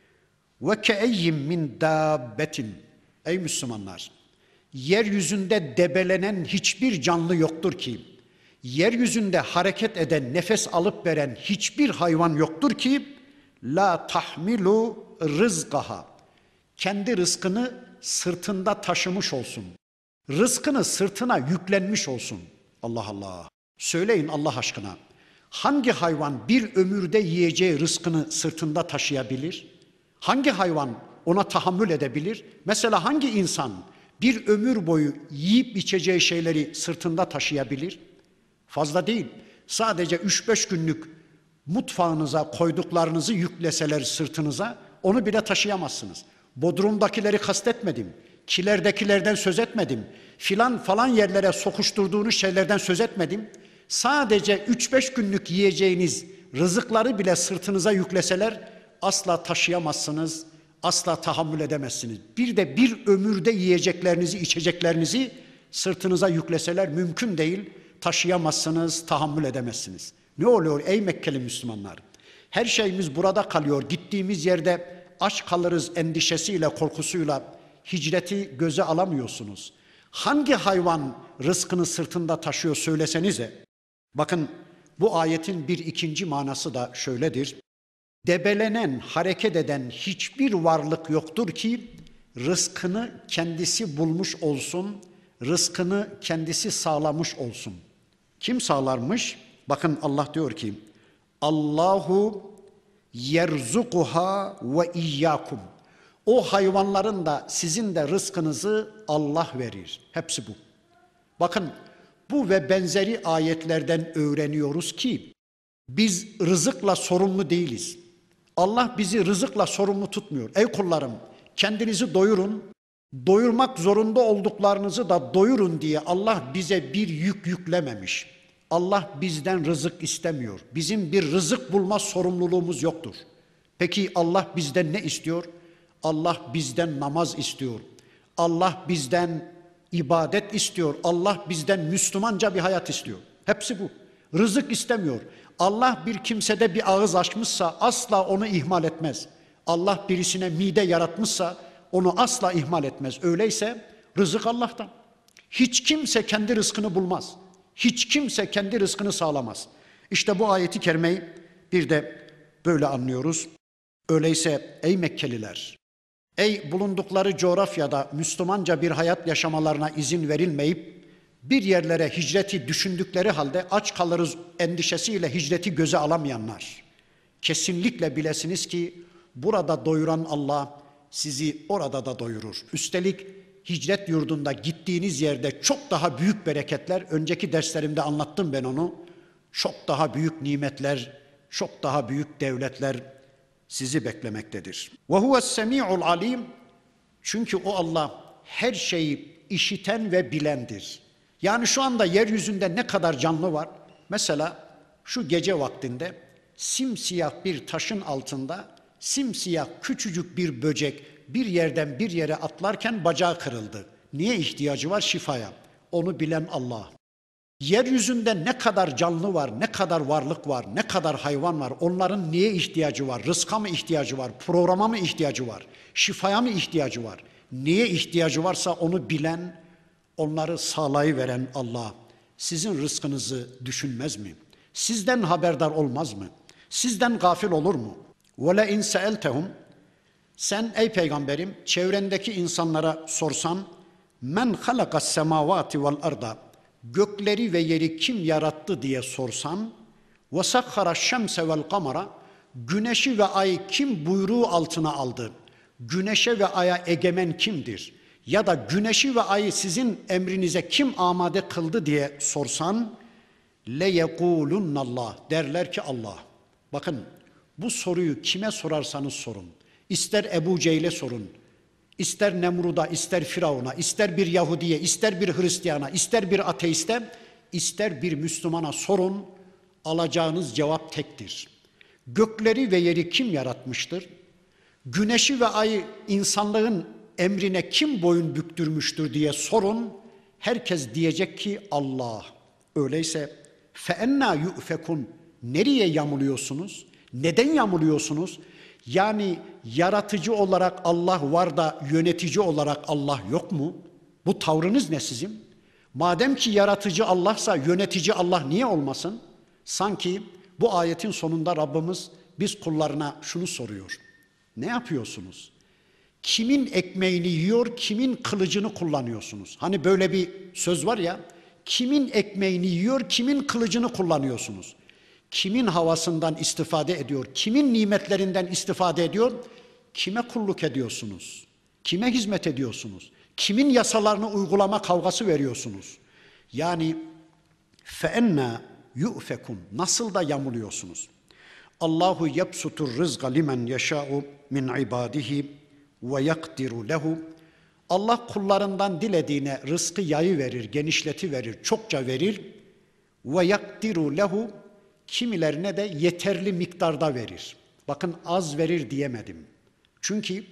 Ve ke'eyyim min dabbetin. Ey Müslümanlar, yeryüzünde debelenen hiçbir canlı yoktur ki, yeryüzünde hareket eden, nefes alıp veren hiçbir hayvan yoktur ki, la tahmilu rızkaha, kendi rızkını sırtında taşımış olsun. Rızkını sırtına yüklenmiş olsun. Allah Allah. Söyleyin Allah aşkına. Hangi hayvan bir ömürde yiyeceği rızkını sırtında taşıyabilir? Hangi hayvan ona tahammül edebilir? Mesela hangi insan bir ömür boyu yiyip içeceği şeyleri sırtında taşıyabilir? Fazla değil. Sadece üç beş günlük mutfağınıza koyduklarınızı yükleseler sırtınıza, onu bile taşıyamazsınız. Bodrum'dakileri kastetmedim. Kilerdekilerden söz etmedim. Filan falan yerlere sokuşturduğunuz şeylerden söz etmedim. Sadece üç beş günlük yiyeceğiniz rızıkları bile sırtınıza yükleseler asla taşıyamazsınız, asla tahammül edemezsiniz. Bir de bir ömürde yiyeceklerinizi, içeceklerinizi sırtınıza yükleseler mümkün değil, taşıyamazsınız, tahammül edemezsiniz. Ne oluyor ey Mekkeli Müslümanlar? Her şeyimiz burada kalıyor. Gittiğimiz yerde aç kalırız endişesiyle, korkusuyla hicreti göze alamıyorsunuz. Hangi hayvan rızkını sırtında taşıyor söylesenize. Bakın bu ayetin bir ikinci manası da şöyledir. Debelenen, hareket eden hiçbir varlık yoktur ki rızkını kendisi bulmuş olsun, rızkını kendisi sağlamış olsun. Kim sağlarmış? Bakın Allah diyor ki, Allahu yerzukuha ve iyyakum. O hayvanların da sizin de rızkınızı Allah verir. Hepsi bu. Bakın bu ve benzeri ayetlerden öğreniyoruz ki biz rızıkla sorumlu değiliz. Allah bizi rızıkla sorumlu tutmuyor. Ey kullarım, kendinizi doyurun, Doyurmak zorunda olduklarınızı da doyurun diye Allah bize bir yük yüklememiş. Allah bizden rızık istemiyor. Bizim bir rızık bulma sorumluluğumuz yoktur. Peki Allah bizden ne istiyor? Allah bizden namaz istiyor. Allah bizden ibadet istiyor. Allah bizden Müslümanca bir hayat istiyor. Hepsi bu. Rızık istemiyor. Allah bir kimsede bir ağız açmışsa asla onu ihmal etmez. Allah birisine mide yaratmışsa onu asla ihmal etmez. Öyleyse rızık Allah'tan. Hiç kimse kendi rızkını bulmaz. Hiç kimse kendi rızkını sağlamaz. İşte bu ayeti kerimeyi bir de böyle anlıyoruz. Öyleyse ey Mekkeliler, ey bulundukları coğrafyada Müslümanca bir hayat yaşamalarına izin verilmeyip bir yerlere hicreti düşündükleri halde aç kalırız endişesiyle hicreti göze alamayanlar. Kesinlikle bilesiniz ki burada doyuran Allah sizi orada da doyurur. Üstelik hicret yurdunda gittiğiniz yerde çok daha büyük bereketler, önceki derslerimde anlattım ben onu, çok daha büyük nimetler, çok daha büyük devletler sizi beklemektedir. Ve huves-semi'ul alim. Çünkü o Allah her şeyi işiten ve bilendir. Yani şu anda yeryüzünde ne kadar canlı var? Mesela şu gece vaktinde simsiyah bir taşın altında simsiyah küçücük bir böcek bir yerden bir yere atlarken bacağı kırıldı. Niye ihtiyacı var? Şifaya. Onu bilen Allah. Yeryüzünde ne kadar canlı var, ne kadar varlık var, ne kadar hayvan var, onların niye ihtiyacı var? Rızka mı ihtiyacı var? Programa mı ihtiyacı var? Şifaya mı ihtiyacı var? Niye ihtiyacı varsa onu bilen, onları sağlayıveren Allah sizin rızkınızı düşünmez mi? Sizden haberdar olmaz mı? Sizden gafil olur mu? وَلَاِنْ سَأَلْتَهُمْ. Sen ey peygamberim çevrendeki insanlara sorsan, men halakas semavati vel arda, gökleri ve yeri kim yarattı diye sorsan, ve sakhara şemse vel kamera, güneşi ve ayı kim buyruğu altına aldı? Güneşe ve aya egemen kimdir? Ya da güneşi ve ayı sizin emrinize kim amade kıldı diye sorsan, le yekulunallah, derler ki Allah. Bakın bu soruyu kime sorarsanız sorun. İster Ebu Cehil'e sorun, ister Nemrud'a, ister Firavun'a, ister bir Yahudi'ye, ister bir Hristiyana, ister bir ateiste, ister bir Müslümana sorun, alacağınız cevap tektir. Gökleri ve yeri kim yaratmıştır? Güneşi ve ayı insanlığın emrine kim boyun büktürmüştür diye sorun, herkes diyecek ki Allah. Öyleyse فَاَنَّا يُؤْفَكُونَ. Nereye yamuluyorsunuz? Neden yamuluyorsunuz? Yani yaratıcı olarak Allah var da yönetici olarak Allah yok mu? Bu tavrınız ne sizin? Madem ki yaratıcı Allah'sa yönetici Allah niye olmasın? Sanki bu ayetin sonunda Rabbimiz biz kullarına şunu soruyor. Ne yapıyorsunuz? Kimin ekmeğini yiyor, kimin kılıcını kullanıyorsunuz? Hani böyle bir söz var ya, kimin ekmeğini yiyor, kimin kılıcını kullanıyorsunuz? Kimin havasından istifade ediyor? Kimin nimetlerinden istifade ediyor? Kime kulluk ediyorsunuz? Kime hizmet ediyorsunuz? Kimin yasalarını uygulama kavgası veriyorsunuz? Yani فَاَنَّا يُؤْفَكُونَ. Nasıl da yamuluyorsunuz? Allahu yabsutur rızqa limen yeşâ'u min ibadihi ve yakdiru lehu. Allah kullarından dilediğine rızkı yayı verir, genişleti verir, çokça verir. Ve yakdiru lehu. Kimilerine de yeterli miktarda verir. Bakın az verir diyemedim. Çünkü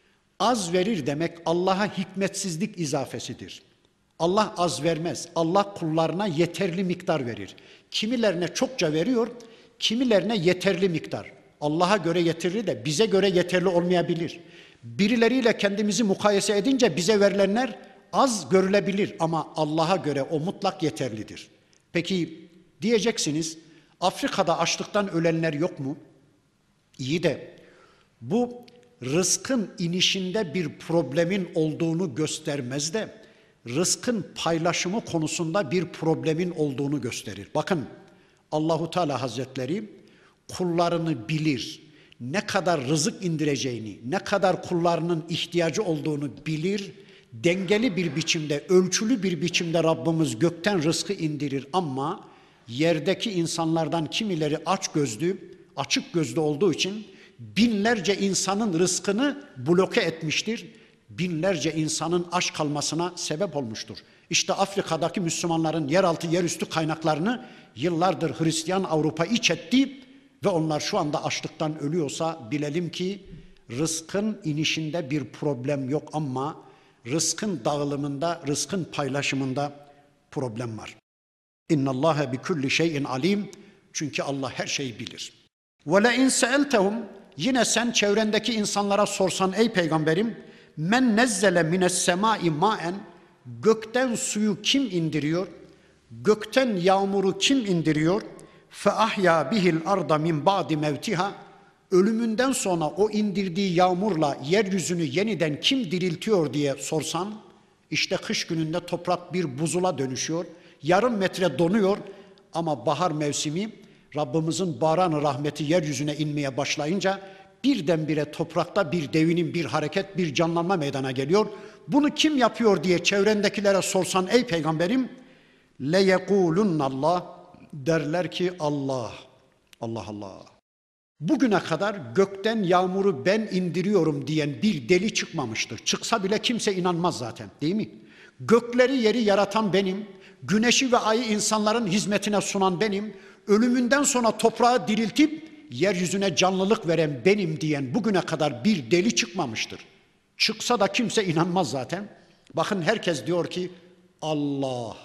az verir demek Allah'a hikmetsizlik izafesidir. Allah az vermez. Allah kullarına yeterli miktar verir. Kimilerine çokça veriyor, kimilerine yeterli miktar. Allah'a göre yeterli de bize göre yeterli olmayabilir. Birileriyle kendimizi mukayese edince bize verilenler az görülebilir ama Allah'a göre o mutlak yeterlidir. Peki diyeceksiniz, Afrika'da açlıktan ölenler yok mu? İyi de bu rızkın inişinde bir problemin olduğunu göstermez de rızkın paylaşımı konusunda bir problemin olduğunu gösterir. Bakın Allahu Teala Hazretleri kullarını bilir. Ne kadar rızık indireceğini, ne kadar kullarının ihtiyacı olduğunu bilir. Dengeli bir biçimde, ölçülü bir biçimde Rabbimiz gökten rızkı indirir ama yerdeki insanlardan kimileri aç gözlü, açık gözlü olduğu için binlerce insanın rızkını bloke etmiştir. binlerce insanın aç kalmasına sebep olmuştur. İşte Afrika'daki Müslümanların yeraltı yerüstü kaynaklarını yıllardır Hristiyan Avrupa iç etti ve onlar şu anda açlıktan ölüyorsa bilelim ki rızkın inişinde bir problem yok ama rızkın dağılımında, rızkın paylaşımında problem var. İnna Allaha bi kulli şeyin alim. Çünkü Allah her şeyi bilir. Ve le in seeltehum, yine sen çevrendeki insanlara sorsan ey peygamberim, men nezzele mines semai maen, gökten suyu kim indiriyor? Gökten yağmuru kim indiriyor? Fe ahya bihil arda min ba'di mevtiha, ölümünden sonra o indirdiği yağmurla yeryüzünü yeniden kim diriltiyor diye sorsan, işte kış gününde toprak bir buzula dönüşüyor, yarım metre donuyor ama bahar mevsimi Rabbimizin baran rahmeti yeryüzüne inmeye başlayınca birdenbire toprakta bir devinim, bir hareket, bir canlanma meydana geliyor. Bunu kim yapıyor diye çevrendekilere sorsan ey peygamberim, le yekulunallah, derler ki Allah. Allah Allah. Bugüne kadar gökten yağmuru ben indiriyorum diyen bir deli çıkmamıştır. Çıksa bile kimse inanmaz zaten, değil mi? Gökleri yeri yaratan benim, güneşi ve ayı insanların hizmetine sunan benim, ölümünden sonra toprağı diriltip yeryüzüne canlılık veren benim diyen bugüne kadar bir deli çıkmamıştır. Çıksa da kimse inanmaz zaten. Bakın herkes diyor ki Allah.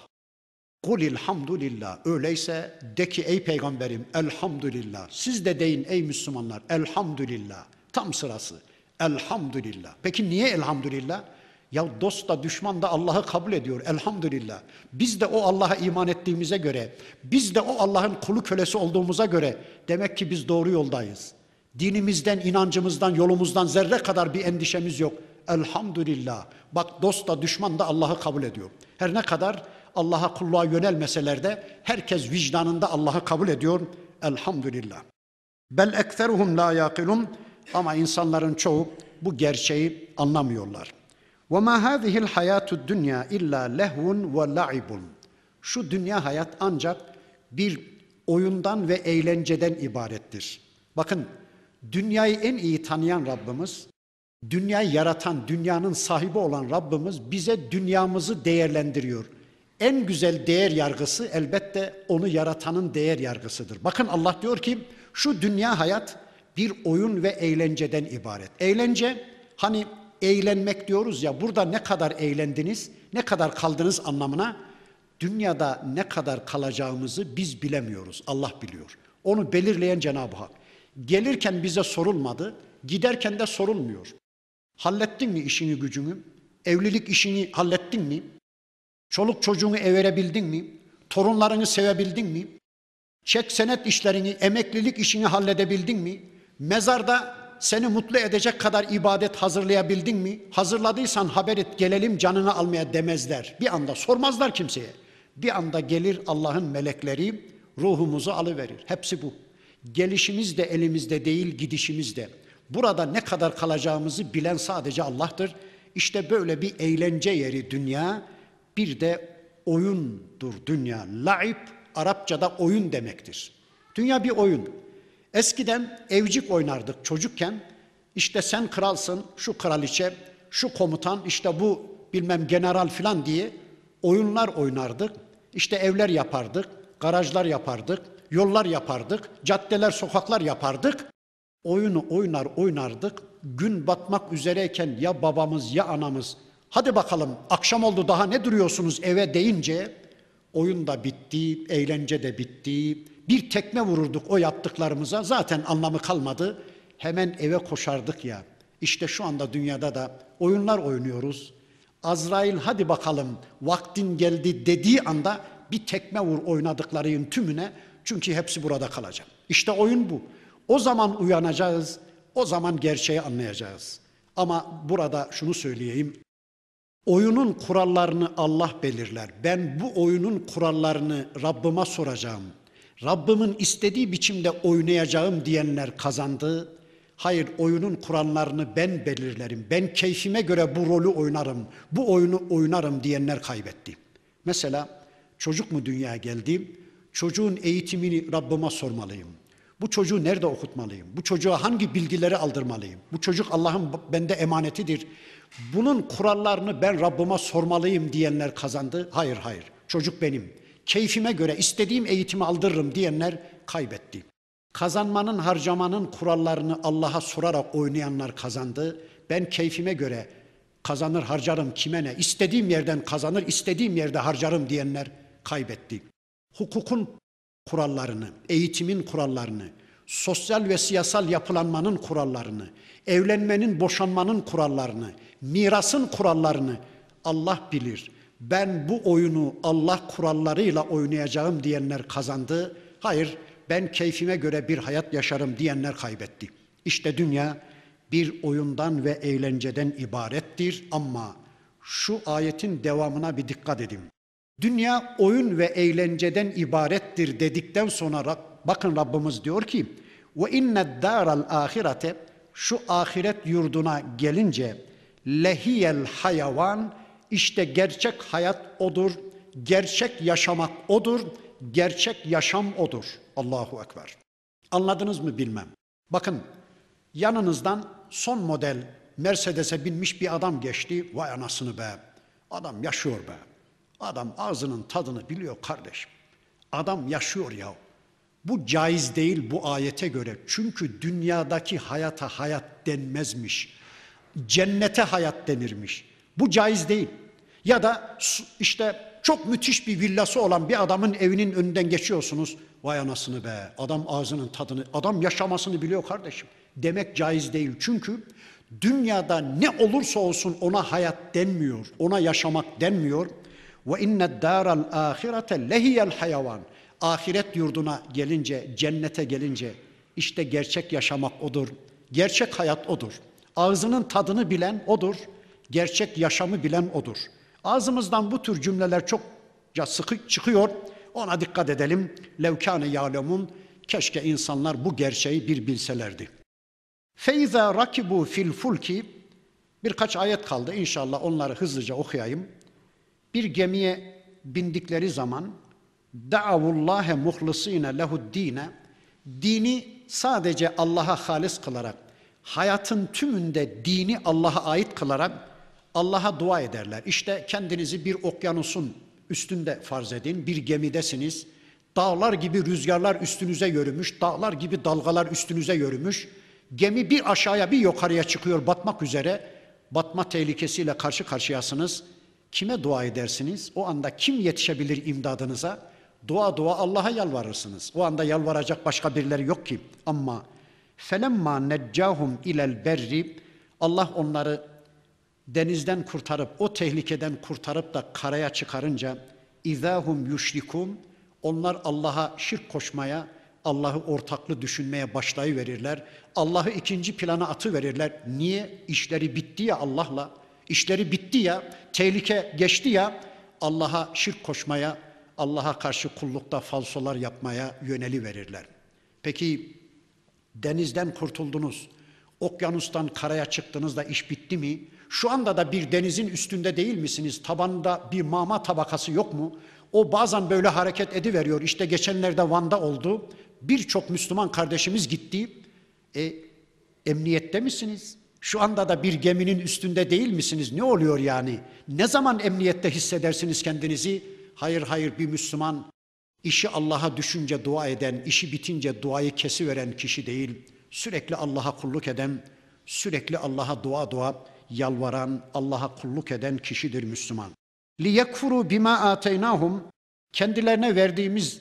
Kulilhamdülillah. Öyleyse de ki ey peygamberim elhamdülillah. Siz de deyin ey Müslümanlar elhamdülillah. Tam sırası. Elhamdülillah. Peki niye elhamdülillah? Ya dost da düşman da Allah'ı kabul ediyor elhamdülillah. Biz de o Allah'a iman ettiğimize göre, biz de o Allah'ın kulu kölesi olduğumuza göre demek ki biz doğru yoldayız. Dinimizden, inancımızdan, yolumuzdan zerre kadar bir endişemiz yok. Elhamdülillah. Bak dost da düşman da Allah'ı kabul ediyor. Her ne kadar Allah'a kulluğa yönelmeseler de herkes vicdanında Allah'ı kabul ediyor. Elhamdülillah. Bel ekseruhum la yaqilun, ama insanların çoğu bu gerçeği anlamıyorlar. وَمَا هَذِهِ الْحَيَاتُ الدُّنْيَا اِلَّا لَهْوٌ وَلَعِبٌ. Şu dünya hayat ancak bir oyundan ve eğlenceden ibarettir. Bakın, dünyayı en iyi tanıyan Rabbimiz, dünyayı yaratan, dünyanın sahibi olan Rabbimiz bize dünyamızı değerlendiriyor. En güzel değer yargısı elbette onu yaratanın değer yargısıdır. Bakın Allah diyor ki, şu dünya hayat bir oyun ve eğlenceden ibaret. Eğlence, hani eğlenmek diyoruz ya, burada ne kadar eğlendiniz, ne kadar kaldınız anlamına, dünyada ne kadar kalacağımızı biz bilemiyoruz, Allah biliyor. Onu belirleyen Cenab-ı Hak. Gelirken bize sorulmadı, giderken de sorulmuyor. Hallettin mi işini gücünü? Evlilik işini hallettin mi? Çoluk çocuğunu everebildin mi? Torunlarını sevebildin mi? Çek senet işlerini, emeklilik işini halledebildin mi? Mezarda seni mutlu edecek kadar ibadet hazırlayabildin mi? Hazırladıysan haber et, gelelim canını almaya demezler. Bir anda sormazlar kimseye. Bir anda gelir Allah'ın melekleri ruhumuzu alıverir. Hepsi bu. Gelişimiz de elimizde değil, gidişimiz de. Burada ne kadar kalacağımızı bilen sadece Allah'tır. İşte böyle bir eğlence yeri dünya, bir de oyundur dünya. Laib, Arapçada oyun demektir. Dünya bir oyun. Eskiden evcik oynardık çocukken. İşte sen kralsın, şu kraliçe, şu komutan, işte bu bilmem general filan diye oyunlar oynardık. İşte evler yapardık, garajlar yapardık, yollar yapardık, caddeler, sokaklar yapardık. Oyunu oynar oynardık. Gün batmak üzereyken ya babamız ya anamız, hadi bakalım akşam oldu daha ne duruyorsunuz eve deyince oyun da bitti, eğlence de bitti. Bir tekme vururduk o yaptıklarımıza, zaten anlamı kalmadı. Hemen eve koşardık ya. İşte şu anda dünyada da oyunlar oynuyoruz. Azrail hadi bakalım vaktin geldi dediği anda bir tekme vur oynadıklarının tümüne, çünkü hepsi burada kalacak. İşte oyun bu. O zaman uyanacağız, o zaman gerçeği anlayacağız. Ama burada şunu söyleyeyim. Oyunun kurallarını Allah belirler. Ben bu oyunun kurallarını Rabbime soracağım. Rabbimin istediği biçimde oynayacağım diyenler kazandı. Hayır, oyunun kurallarını ben belirlerim. Ben keyfime göre bu rolü oynarım, bu oyunu oynarım diyenler kaybetti. Mesela çocuk mu dünyaya geldi? Çocuğun eğitimini Rabbime sormalıyım. Bu çocuğu nerede okutmalıyım? Bu çocuğa hangi bilgileri aldırmalıyım? Bu çocuk Allah'ın bende emanetidir. Bunun kurallarını ben Rabbime sormalıyım diyenler kazandı. Hayır hayır, çocuk benim. Keyfime göre istediğim eğitimi aldırırım diyenler kaybetti. Kazanmanın, harcamanın kurallarını Allah'a sorarak oynayanlar kazandı. Ben keyfime göre kazanır harcarım, kime ne? İstediğim yerden kazanır, istediğim yerde harcarım diyenler kaybetti. Hukukun kurallarını, eğitimin kurallarını, sosyal ve siyasal yapılanmanın kurallarını, evlenmenin, boşanmanın kurallarını, mirasın kurallarını Allah bilir. Ben bu oyunu Allah kurallarıyla oynayacağım diyenler kazandı. Hayır, ben keyfime göre bir hayat yaşarım diyenler kaybetti. İşte dünya bir oyundan ve eğlenceden ibarettir ama şu ayetin devamına bir dikkat edin. Dünya oyun ve eğlenceden ibarettir dedikten sonra bakın Rabbimiz diyor ki ve inned daral ahirete, şu ahiret yurduna gelince lehiyel hayvan, işte gerçek hayat odur, gerçek yaşamak odur, gerçek yaşam odur. Allahu Ekber. Anladınız mı bilmem. Bakın yanınızdan son model Mercedes'e binmiş bir adam geçti. Vay anasını be. Adam yaşıyor be. Adam ağzının tadını biliyor kardeşim. Adam yaşıyor ya. Bu caiz değil bu ayete göre. Çünkü dünyadaki hayata hayat denmezmiş. Cennete hayat denirmiş. Bu caiz değil. Ya da işte çok müthiş bir villası olan bir adamın evinin önünden geçiyorsunuz. Vay anasını be. Adam ağzının tadını, adam yaşamasını biliyor kardeşim. Demek caiz değil. Çünkü dünyada ne olursa olsun ona hayat denmiyor. Ona yaşamak denmiyor. Ve inned daral ahirete lehiyel hayvan. Ahiret yurduna gelince, cennete gelince işte gerçek yaşamak odur. Gerçek hayat odur. Ağzının tadını bilen odur. Gerçek yaşamı bilen odur. Ağzımızdan bu tür cümleler çokça sıkı çıkıyor. Ona dikkat edelim. Levkâne yâlemun. Keşke insanlar bu gerçeği bir bilselerdi. Feiza rakibu fil fulki. Birkaç ayet kaldı. İnşallah onları hızlıca okuyayım. Bir gemiye bindikleri zaman da'avullâhe muhlisîne lehu'd-dîne, dini sadece Allah'a halis kılarak, hayatın tümünde dini Allah'a ait kılarak Allah'a dua ederler. İşte kendinizi bir okyanusun üstünde farz edin, bir gemidesiniz. Dağlar gibi rüzgarlar üstünüze yürümüş, dağlar gibi dalgalar üstünüze yürümüş. Gemi bir aşağıya bir yukarıya çıkıyor batmak üzere. Batma tehlikesiyle karşı karşıyasınız. Kime dua edersiniz? O anda kim yetişebilir imdadınıza? Dua dua Allah'a yalvarırsınız. O anda yalvaracak başka birileri yok ki. Ama felemma neccahum ilel berri, Allah onları denizden kurtarıp, o tehlikeden kurtarıp da karaya çıkarınca izahum yüşrikun, onlar Allah'a şirk koşmaya, Allah'ı ortaklı düşünmeye başlayıverirler. Allah'ı ikinci plana atıverirler. Niye? İşleri bitti ya Allah'la. İşleri bitti ya, tehlike geçti ya, Allah'a şirk koşmaya, Allah'a karşı kullukta falsolar yapmaya yöneliverirler. Peki denizden kurtuldunuz, okyanustan karaya çıktınız da iş bitti mi? Şu anda da bir denizin üstünde değil misiniz? Tabanında bir mama tabakası yok mu? O bazen böyle hareket ediveriyor. İşte geçenlerde Van'da oldu. Birçok Müslüman kardeşimiz gitti. E, emniyette misiniz? Şu anda da bir geminin üstünde değil misiniz? Ne oluyor yani? Ne zaman emniyette hissedersiniz kendinizi? Hayır hayır, bir Müslüman işi Allah'a düşünce dua eden, işi bitince duayı kesiveren kişi değil. Sürekli Allah'a kulluk eden, sürekli Allah'a dua dua yalvaran, Allah'a kulluk eden kişidir Müslüman. لِيَكْفُرُوا بِمَا آتَيْنَاهُمْ, kendilerine verdiğimiz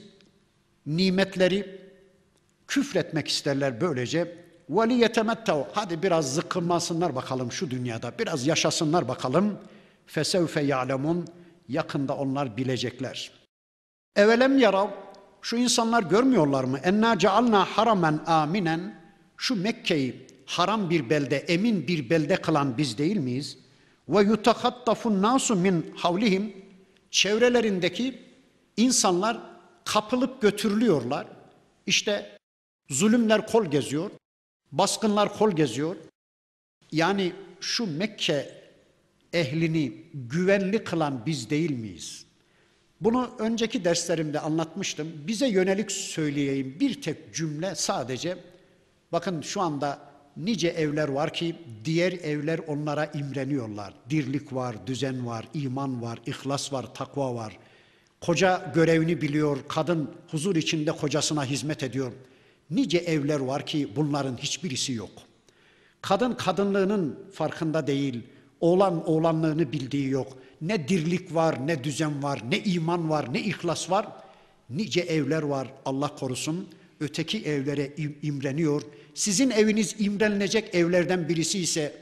nimetleri küfretmek isterler böylece. وَلِيَتَمَتَّوْا, hadi biraz zıkkınmasınlar bakalım şu dünyada, biraz yaşasınlar bakalım. فَسَوْفَ يَعْلَمُونَ, yakında onlar bilecekler. Evelem yarav, şu insanlar görmüyorlar mı? اَنَّا جَعَلْنَا حَرَمًا آمِنًا, şu Mekke'yi haram bir belde, emin bir belde kılan biz değil miyiz? وَيُتَخَطَّفُ النَّاسُ مِنْ حَوْلِهِمْ, çevrelerindeki insanlar kapılıp götürülüyorlar. İşte zulümler kol geziyor, baskınlar kol geziyor. Yani şu Mekke ehlini güvenli kılan biz değil miyiz? Bunu önceki derslerimde anlatmıştım. Bize yönelik söyleyeyim bir tek cümle sadece. Bakın şu anda nice evler var ki diğer evler onlara imreniyorlar. Dirlik var, düzen var, iman var, ihlas var, takva var. Koca görevini biliyor, kadın huzur içinde kocasına hizmet ediyor. Nice evler var ki bunların hiçbirisi yok. Kadın kadınlığının farkında değil, oğlan oğlanlığını bildiği yok. Ne dirlik var, ne düzen var, ne iman var, ne ihlas var. Nice evler var, Allah korusun. Öteki evlere imreniyor. Sizin eviniz imrenilecek evlerden birisi ise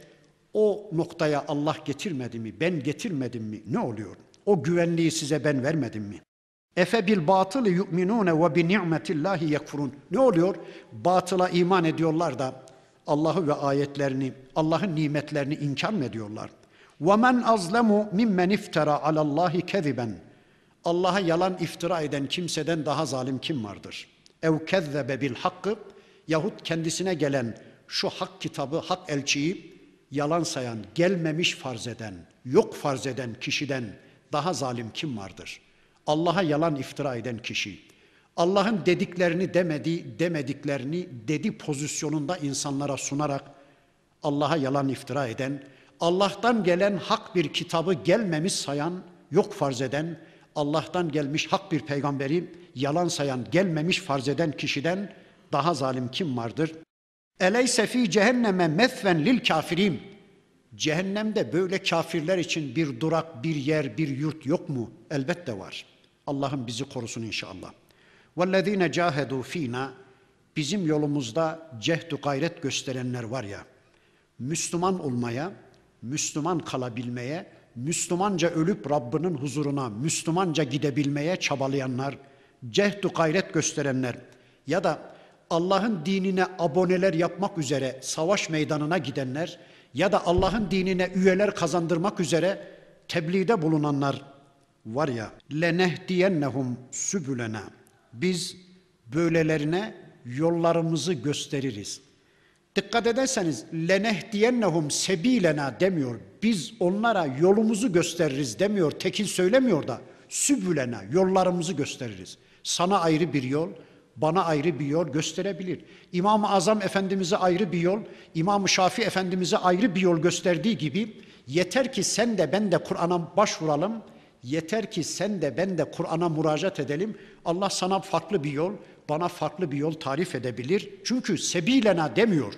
o noktaya Allah getirmedi mi, ben getirmedim mi, ne oluyor? O güvenliği size ben vermedim mi? Efe bil batılı yu'minune ve bi ni'metillahi yekfurun. Ne oluyor? Batıla iman ediyorlar da Allah'ı ve ayetlerini, Allah'ın nimetlerini inkar mı ediyorlar? وَمَنْ أَظْلَمُ مِمَّنْ اِفْتَرَى عَلَى اللّٰهِ كَذِبًا. Allah'a yalan iftira eden kimseden daha zalim kim vardır? اَوْ كَذَّبَ بِالْحَقِّ. Yahut kendisine gelen şu hak kitabı, hak elçiyi yalan sayan, gelmemiş farz eden, yok farz eden kişiden daha zalim kim vardır? Allah'a yalan iftira eden kişi, Allah'ın dediklerini demedi, demediklerini dedi pozisyonunda insanlara sunarak Allah'a yalan iftira eden, Allah'tan gelen hak bir kitabı gelmemiş sayan, yok farz eden, Allah'tan gelmiş hak bir peygamberi yalan sayan, gelmemiş farz eden kişiden daha zalim kim vardır? Eleyse fi cehenneme methven lil kafirin. Cehennemde böyle kafirler için bir durak, bir yer, bir yurt yok mu? Elbette var. Allah'ım bizi korusun inşallah. وَالَّذ۪ينَ جَاهَدُوا ف۪ينَا. Bizim yolumuzda cehd-ü gayret gösterenler var ya, Müslüman olmaya, Müslüman kalabilmeye, Müslümanca ölüp Rabbinin huzuruna Müslümanca gidebilmeye çabalayanlar, cehd-ü gayret gösterenler ya da Allah'ın dinine aboneler yapmak üzere savaş meydanına gidenler ya da Allah'ın dinine üyeler kazandırmak üzere tebliğde bulunanlar var ya, lenehdiyennehum sübülena. Biz böylelerine yollarımızı gösteririz. Dikkat ederseniz lenehdiyennehum sebilena demiyor. Biz onlara yolumuzu gösteririz demiyor. Tekil söylemiyor da sübülena, yollarımızı gösteririz. Sana ayrı bir yol, bana ayrı bir yol gösterebilir. İmam-ı Azam Efendimiz'e ayrı bir yol, İmam-ı Şafii Efendimiz'e ayrı bir yol gösterdiği gibi yeter ki sen de ben de Kur'an'a başvuralım, yeter ki sen de ben de Kur'an'a müracaat edelim. Allah sana farklı bir yol, bana farklı bir yol tarif edebilir. Çünkü sebilena demiyor.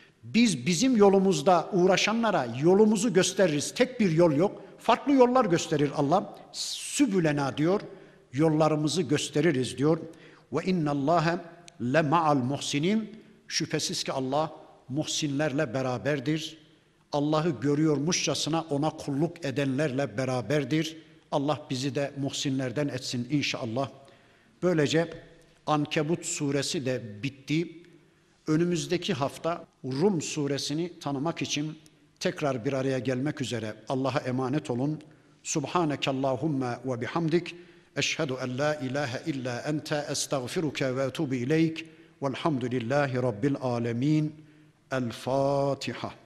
Biz bizim yolumuzda uğraşanlara yolumuzu gösteririz. Tek bir yol yok. Farklı yollar gösterir Allah. Sübülena diyor. Yollarımızı gösteririz diyor. Ve innallâhe le ma'al muhsinin. Şüphesiz ki Allah muhsinlerle beraberdir. Allah'ı görüyormuşçasına ona kulluk edenlerle beraberdir. Allah bizi de muhsinlerden etsin inşallah. Böylece Ankebut suresi de bitti. Önümüzdeki hafta Rum suresini tanımak için tekrar bir araya gelmek üzere Allah'a emanet olun. Subhanekallahumma ve bihamdik. Eşhedü en la ilahe illa ente estağfiruke ve etubu ileyk. Velhamdülillahi Rabbil alemin. El Fatiha.